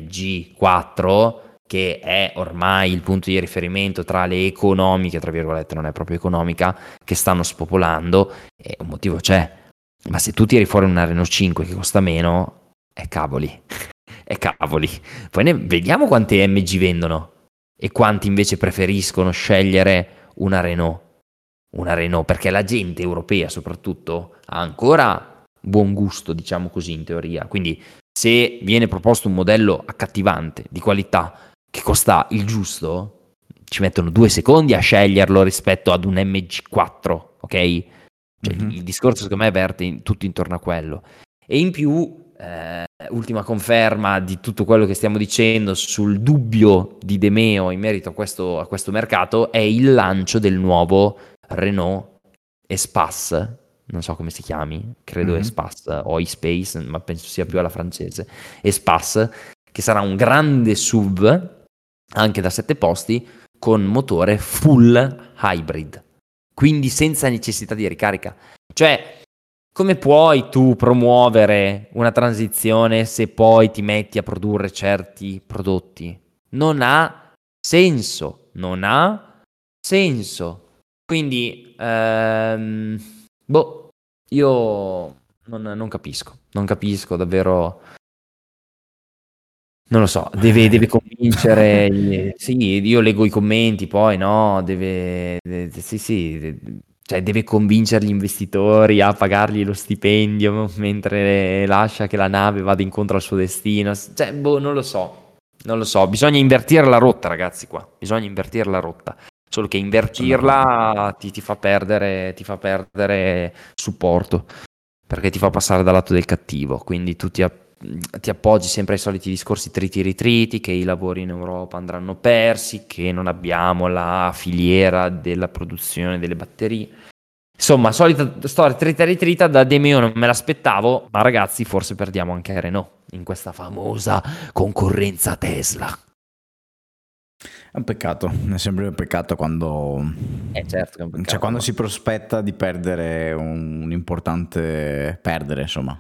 [SPEAKER 1] MG4 che è ormai il punto di riferimento tra le economiche, tra virgolette, non è proprio economica, che stanno spopolando, e un motivo c'è. Ma se tu tiri fuori una Renault 5 che costa meno, è cavoli, è cavoli. Poi vediamo quante MG vendono e quanti invece preferiscono scegliere una Renault. Una Renault, perché la gente europea soprattutto ha ancora buon gusto, diciamo così, in teoria. Quindi se viene proposto un modello accattivante, di qualità, che costa il giusto, ci mettono 2 secondi a sceglierlo rispetto ad un MG4, ok? Cioè, il discorso secondo me verte tutto intorno a quello. E in più, ultima conferma di tutto quello che stiamo dicendo sul dubbio di De Meo in merito a questo mercato è il lancio del nuovo Renault Espace, non so come si chiami, credo Espace o iSpace, ma penso sia più alla francese, Espace, che sarà un grande SUV anche da 7 posti con motore full hybrid, quindi senza necessità di ricarica. Cioè, come puoi tu promuovere una transizione se poi ti metti a produrre certi prodotti? Non ha senso, non ha senso. Quindi, io non capisco, non capisco davvero. Non lo so, deve convincere, sì, io leggo i commenti, poi no, sì, sì, cioè deve convincere gli investitori a pagargli lo stipendio mentre lascia che la nave vada incontro al suo destino, cioè, non lo so, bisogna invertire la rotta, ragazzi, qua, bisogna invertire la rotta, solo che
[SPEAKER 2] Sono d'accordo.
[SPEAKER 1] invertirla ti fa perdere supporto, perché ti fa passare dal lato del cattivo, quindi ti appoggi sempre ai soliti discorsi triti e ritriti, che i lavori in Europa andranno persi, che non abbiamo la filiera della produzione delle batterie. Insomma, solita storia trita e ritrita, da De Meo non me l'aspettavo, ma ragazzi forse perdiamo anche Renault in questa famosa concorrenza Tesla.
[SPEAKER 2] È un peccato, è sempre un peccato quando,
[SPEAKER 1] Certo che è un
[SPEAKER 2] cioè,
[SPEAKER 1] peccato,
[SPEAKER 2] quando
[SPEAKER 1] ma
[SPEAKER 2] si prospetta di perdere un importante perdere, insomma.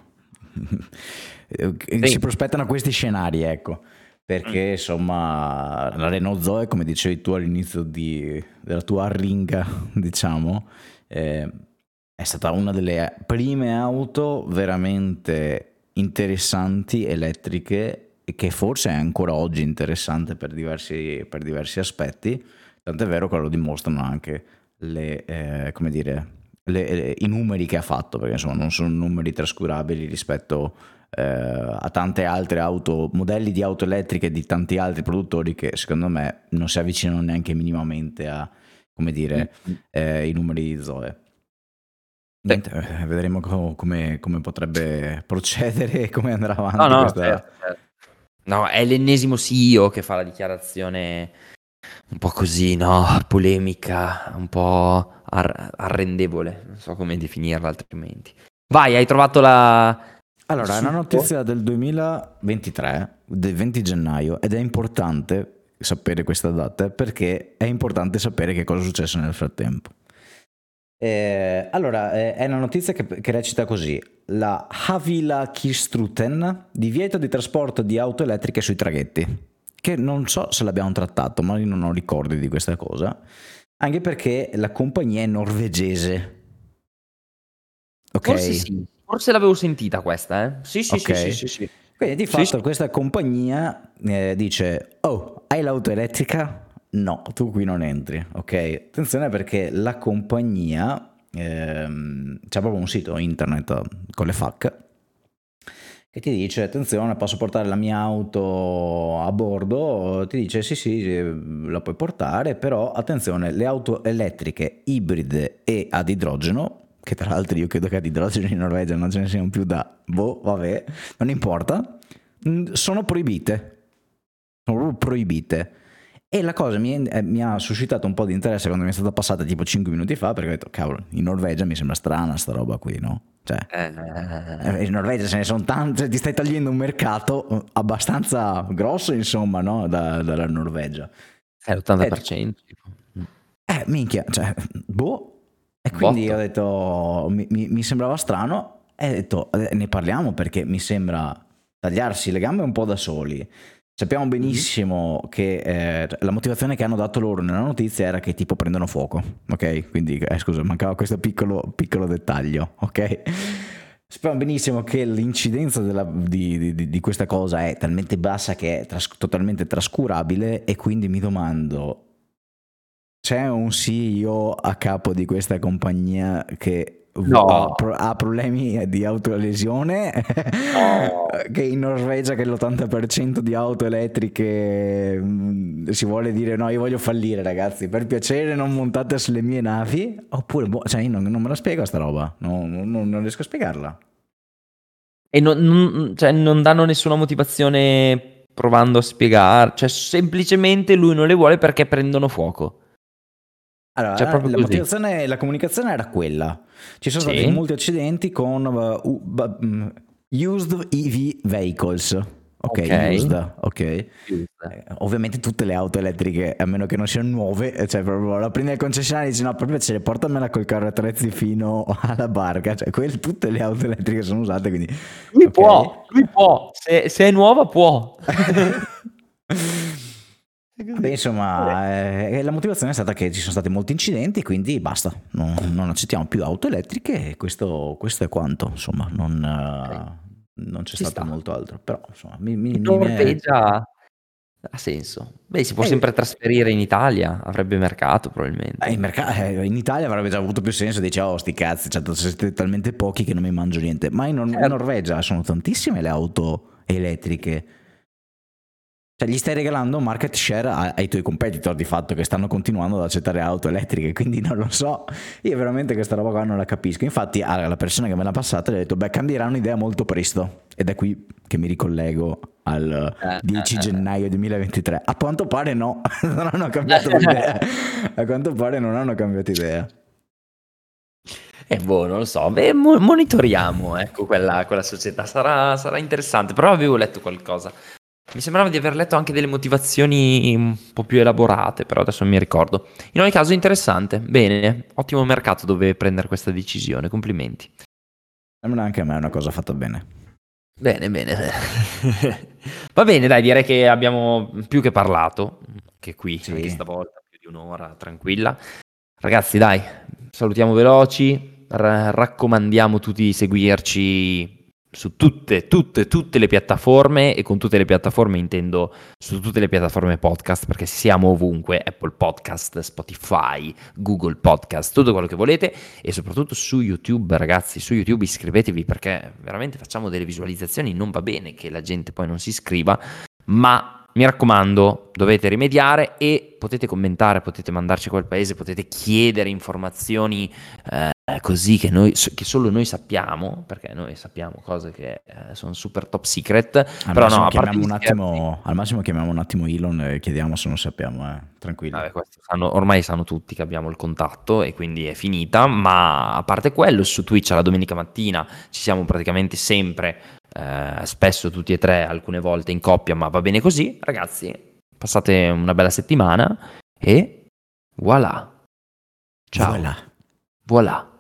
[SPEAKER 2] Si
[SPEAKER 1] sì.
[SPEAKER 2] prospettano questi scenari, ecco, perché
[SPEAKER 1] Mm.
[SPEAKER 2] insomma la Renault Zoe, come dicevi tu all'inizio della tua arringa, diciamo, è stata una delle prime auto veramente interessanti elettriche e che forse è ancora oggi interessante per diversi aspetti, tant'è vero che lo dimostrano anche come dire, i numeri che ha fatto, perché insomma non sono numeri trascurabili rispetto a tante altre auto, modelli di auto elettriche di tanti altri produttori che secondo me non si avvicinano neanche minimamente a, come dire,
[SPEAKER 1] Mm.
[SPEAKER 2] i numeri di Zoe.
[SPEAKER 1] Sì.
[SPEAKER 2] Niente, vedremo come potrebbe procedere e come andrà
[SPEAKER 1] No,
[SPEAKER 2] avanti
[SPEAKER 1] no,
[SPEAKER 2] questa.
[SPEAKER 1] certo, certo. No, è l'ennesimo CEO che fa la dichiarazione un po' così, no? Polemica, un po' arrendevole, non so come definirla altrimenti. Vai, hai trovato il
[SPEAKER 2] Allora, è una
[SPEAKER 1] succo?
[SPEAKER 2] notizia del 2023, del 20 gennaio, ed è importante sapere questa data perché è importante sapere che cosa è successo nel frattempo. Allora, è una notizia che recita così: la Havila Kistruten divieto di trasporto di auto elettriche sui traghetti, che non so se l'abbiamo trattato, ma io non ho ricordi di questa cosa, anche perché la compagnia è norvegese,
[SPEAKER 1] Forse
[SPEAKER 2] ok?
[SPEAKER 1] sì, forse l'avevo sentita questa, eh? Sì, sì, sì, sì,
[SPEAKER 2] Ok?
[SPEAKER 1] sì, sì.
[SPEAKER 2] Quindi di
[SPEAKER 1] Sì, sì.
[SPEAKER 2] fatto questa compagnia dice: oh, hai l'auto elettrica? No, tu qui non entri, ok? Attenzione perché la compagnia c'è proprio un sito internet con le FAQ che ti dice: attenzione, posso portare la mia auto a bordo? Ti dice sì, sì, la puoi portare, però attenzione, le auto elettriche ibride e ad idrogeno, che tra l'altro io credo che ad idrogeno in Norvegia non ce ne siano più da, boh, vabbè, non importa, sono proibite, sono proprio proibite. E la cosa mi ha suscitato un po' di interesse quando mi è stata passata tipo 5 minuti fa, perché ho detto, cavolo, in Norvegia mi sembra strana sta roba qui, no? Cioè, in Norvegia ce ne sono tante, cioè, ti stai togliendo un mercato abbastanza grosso, insomma, no? Dalla Norvegia.
[SPEAKER 1] È
[SPEAKER 2] E,
[SPEAKER 1] l'80%. Tipo.
[SPEAKER 2] minchia, cioè, boh. E quindi ho
[SPEAKER 1] Botto.
[SPEAKER 2] detto, mi sembrava strano, e ho detto, ne parliamo perché mi sembra tagliarsi le gambe un po' da soli. Sappiamo
[SPEAKER 1] Mhm.
[SPEAKER 2] benissimo che la motivazione che hanno dato loro nella notizia era che tipo prendono fuoco, ok? Quindi, scusa, mancava questo piccolo dettaglio, ok? Sappiamo benissimo che l'incidenza di questa cosa è talmente bassa che è totalmente trascurabile e quindi mi domando, c'è un CEO a capo di questa compagnia che
[SPEAKER 1] No,
[SPEAKER 2] ha problemi di autolesione?
[SPEAKER 1] no.
[SPEAKER 2] Che in Norvegia che l'80% di auto elettriche si vuole dire no, io voglio fallire ragazzi, per piacere non montate sulle mie navi? Oppure, boh, cioè io non me la spiego sta roba, non riesco a spiegarla.
[SPEAKER 1] E cioè, non danno nessuna motivazione provando a spiegare, cioè semplicemente lui non le vuole perché prendono fuoco. Cioè,
[SPEAKER 2] Allora,
[SPEAKER 1] proprio così.
[SPEAKER 2] la comunicazione era quella. Ci sono stati
[SPEAKER 1] Sì,
[SPEAKER 2] molti accidenti con used EV vehicles. Ok,
[SPEAKER 1] ok.
[SPEAKER 2] used, ok.
[SPEAKER 1] Giusto.
[SPEAKER 2] Ovviamente tutte le auto elettriche, a meno che non siano nuove, cioè proprio la prendi al concessionario e dici no, per piacere, portamela col carro attrezzi fino alla barca. Cioè, tutte le auto elettriche sono usate, quindi ok.
[SPEAKER 1] Lui può, se è nuova può. È
[SPEAKER 2] Vabbè,
[SPEAKER 1] così. Vabbè.
[SPEAKER 2] insomma, la motivazione è stata che ci sono stati molti incidenti, quindi basta, non accettiamo più auto elettriche e questo è quanto, insomma,
[SPEAKER 1] Ok,
[SPEAKER 2] non c'è
[SPEAKER 1] ci
[SPEAKER 2] stato
[SPEAKER 1] sta.
[SPEAKER 2] molto altro, però insomma,
[SPEAKER 1] In
[SPEAKER 2] mi è.
[SPEAKER 1] Norvegia ha senso. Beh, si può sempre trasferire in Italia, avrebbe mercato probabilmente.
[SPEAKER 2] In Italia avrebbe già avuto più senso, dice oh sti cazzi, cioè, siete talmente pochi che non mi mangio niente, ma in
[SPEAKER 1] Certo.
[SPEAKER 2] Norvegia sono tantissime le auto elettriche. Cioè, gli stai regalando un market share ai tuoi competitor di fatto che stanno continuando ad accettare auto elettriche, quindi non lo so. Io veramente questa roba qua non la capisco. Infatti, alla persona che me l'ha passata le ho detto: beh, cambierà un'idea molto presto. Ed è qui che mi ricollego al 10
[SPEAKER 1] Eh.
[SPEAKER 2] gennaio 2023. A quanto pare no, non hanno cambiato l'idea. A quanto pare non hanno cambiato idea.
[SPEAKER 1] Boh, non lo so. Beh, monitoriamo, ecco, quella società. Sarà interessante. Però avevo letto qualcosa. Mi sembrava di aver letto anche delle motivazioni un po' più elaborate, però adesso non mi ricordo. In ogni caso, interessante. Bene, ottimo mercato dove prendere questa decisione. Complimenti.
[SPEAKER 2] Sembra anche a me una cosa fatta bene.
[SPEAKER 1] Bene, bene. Va bene, dai, direi che abbiamo più che parlato. Che qui, anche
[SPEAKER 2] Sì.
[SPEAKER 1] stavolta, più di un'ora, tranquilla. Ragazzi, dai, salutiamo veloci. raccomandiamo tutti di seguirci su tutte le piattaforme, e con tutte le piattaforme intendo su tutte le piattaforme podcast, perché siamo ovunque: Apple Podcast, Spotify, Google Podcast, tutto quello che volete, e soprattutto su YouTube. Ragazzi, su YouTube iscrivetevi, perché veramente facciamo delle visualizzazioni. Non va bene che la gente poi non si iscriva, ma mi raccomando, dovete rimediare, e potete commentare, potete mandarci a quel paese, potete chiedere informazioni così che solo noi sappiamo, perché noi sappiamo cose che sono super top secret.
[SPEAKER 2] Al
[SPEAKER 1] Però no,
[SPEAKER 2] massimo
[SPEAKER 1] a parte
[SPEAKER 2] chiamiamo
[SPEAKER 1] gli
[SPEAKER 2] un
[SPEAKER 1] scherzi,
[SPEAKER 2] attimo, al massimo chiamiamo un attimo Elon e chiediamo se non sappiamo, tranquilli.
[SPEAKER 1] vabbè, ormai sanno tutti che abbiamo il contatto, e quindi è finita. Ma a parte quello, su Twitch la domenica mattina ci siamo praticamente sempre, spesso tutti e tre, alcune volte in coppia, ma va bene così. Ragazzi, passate una bella settimana, e voilà. Ciao.
[SPEAKER 2] Voilà.
[SPEAKER 1] Voilà.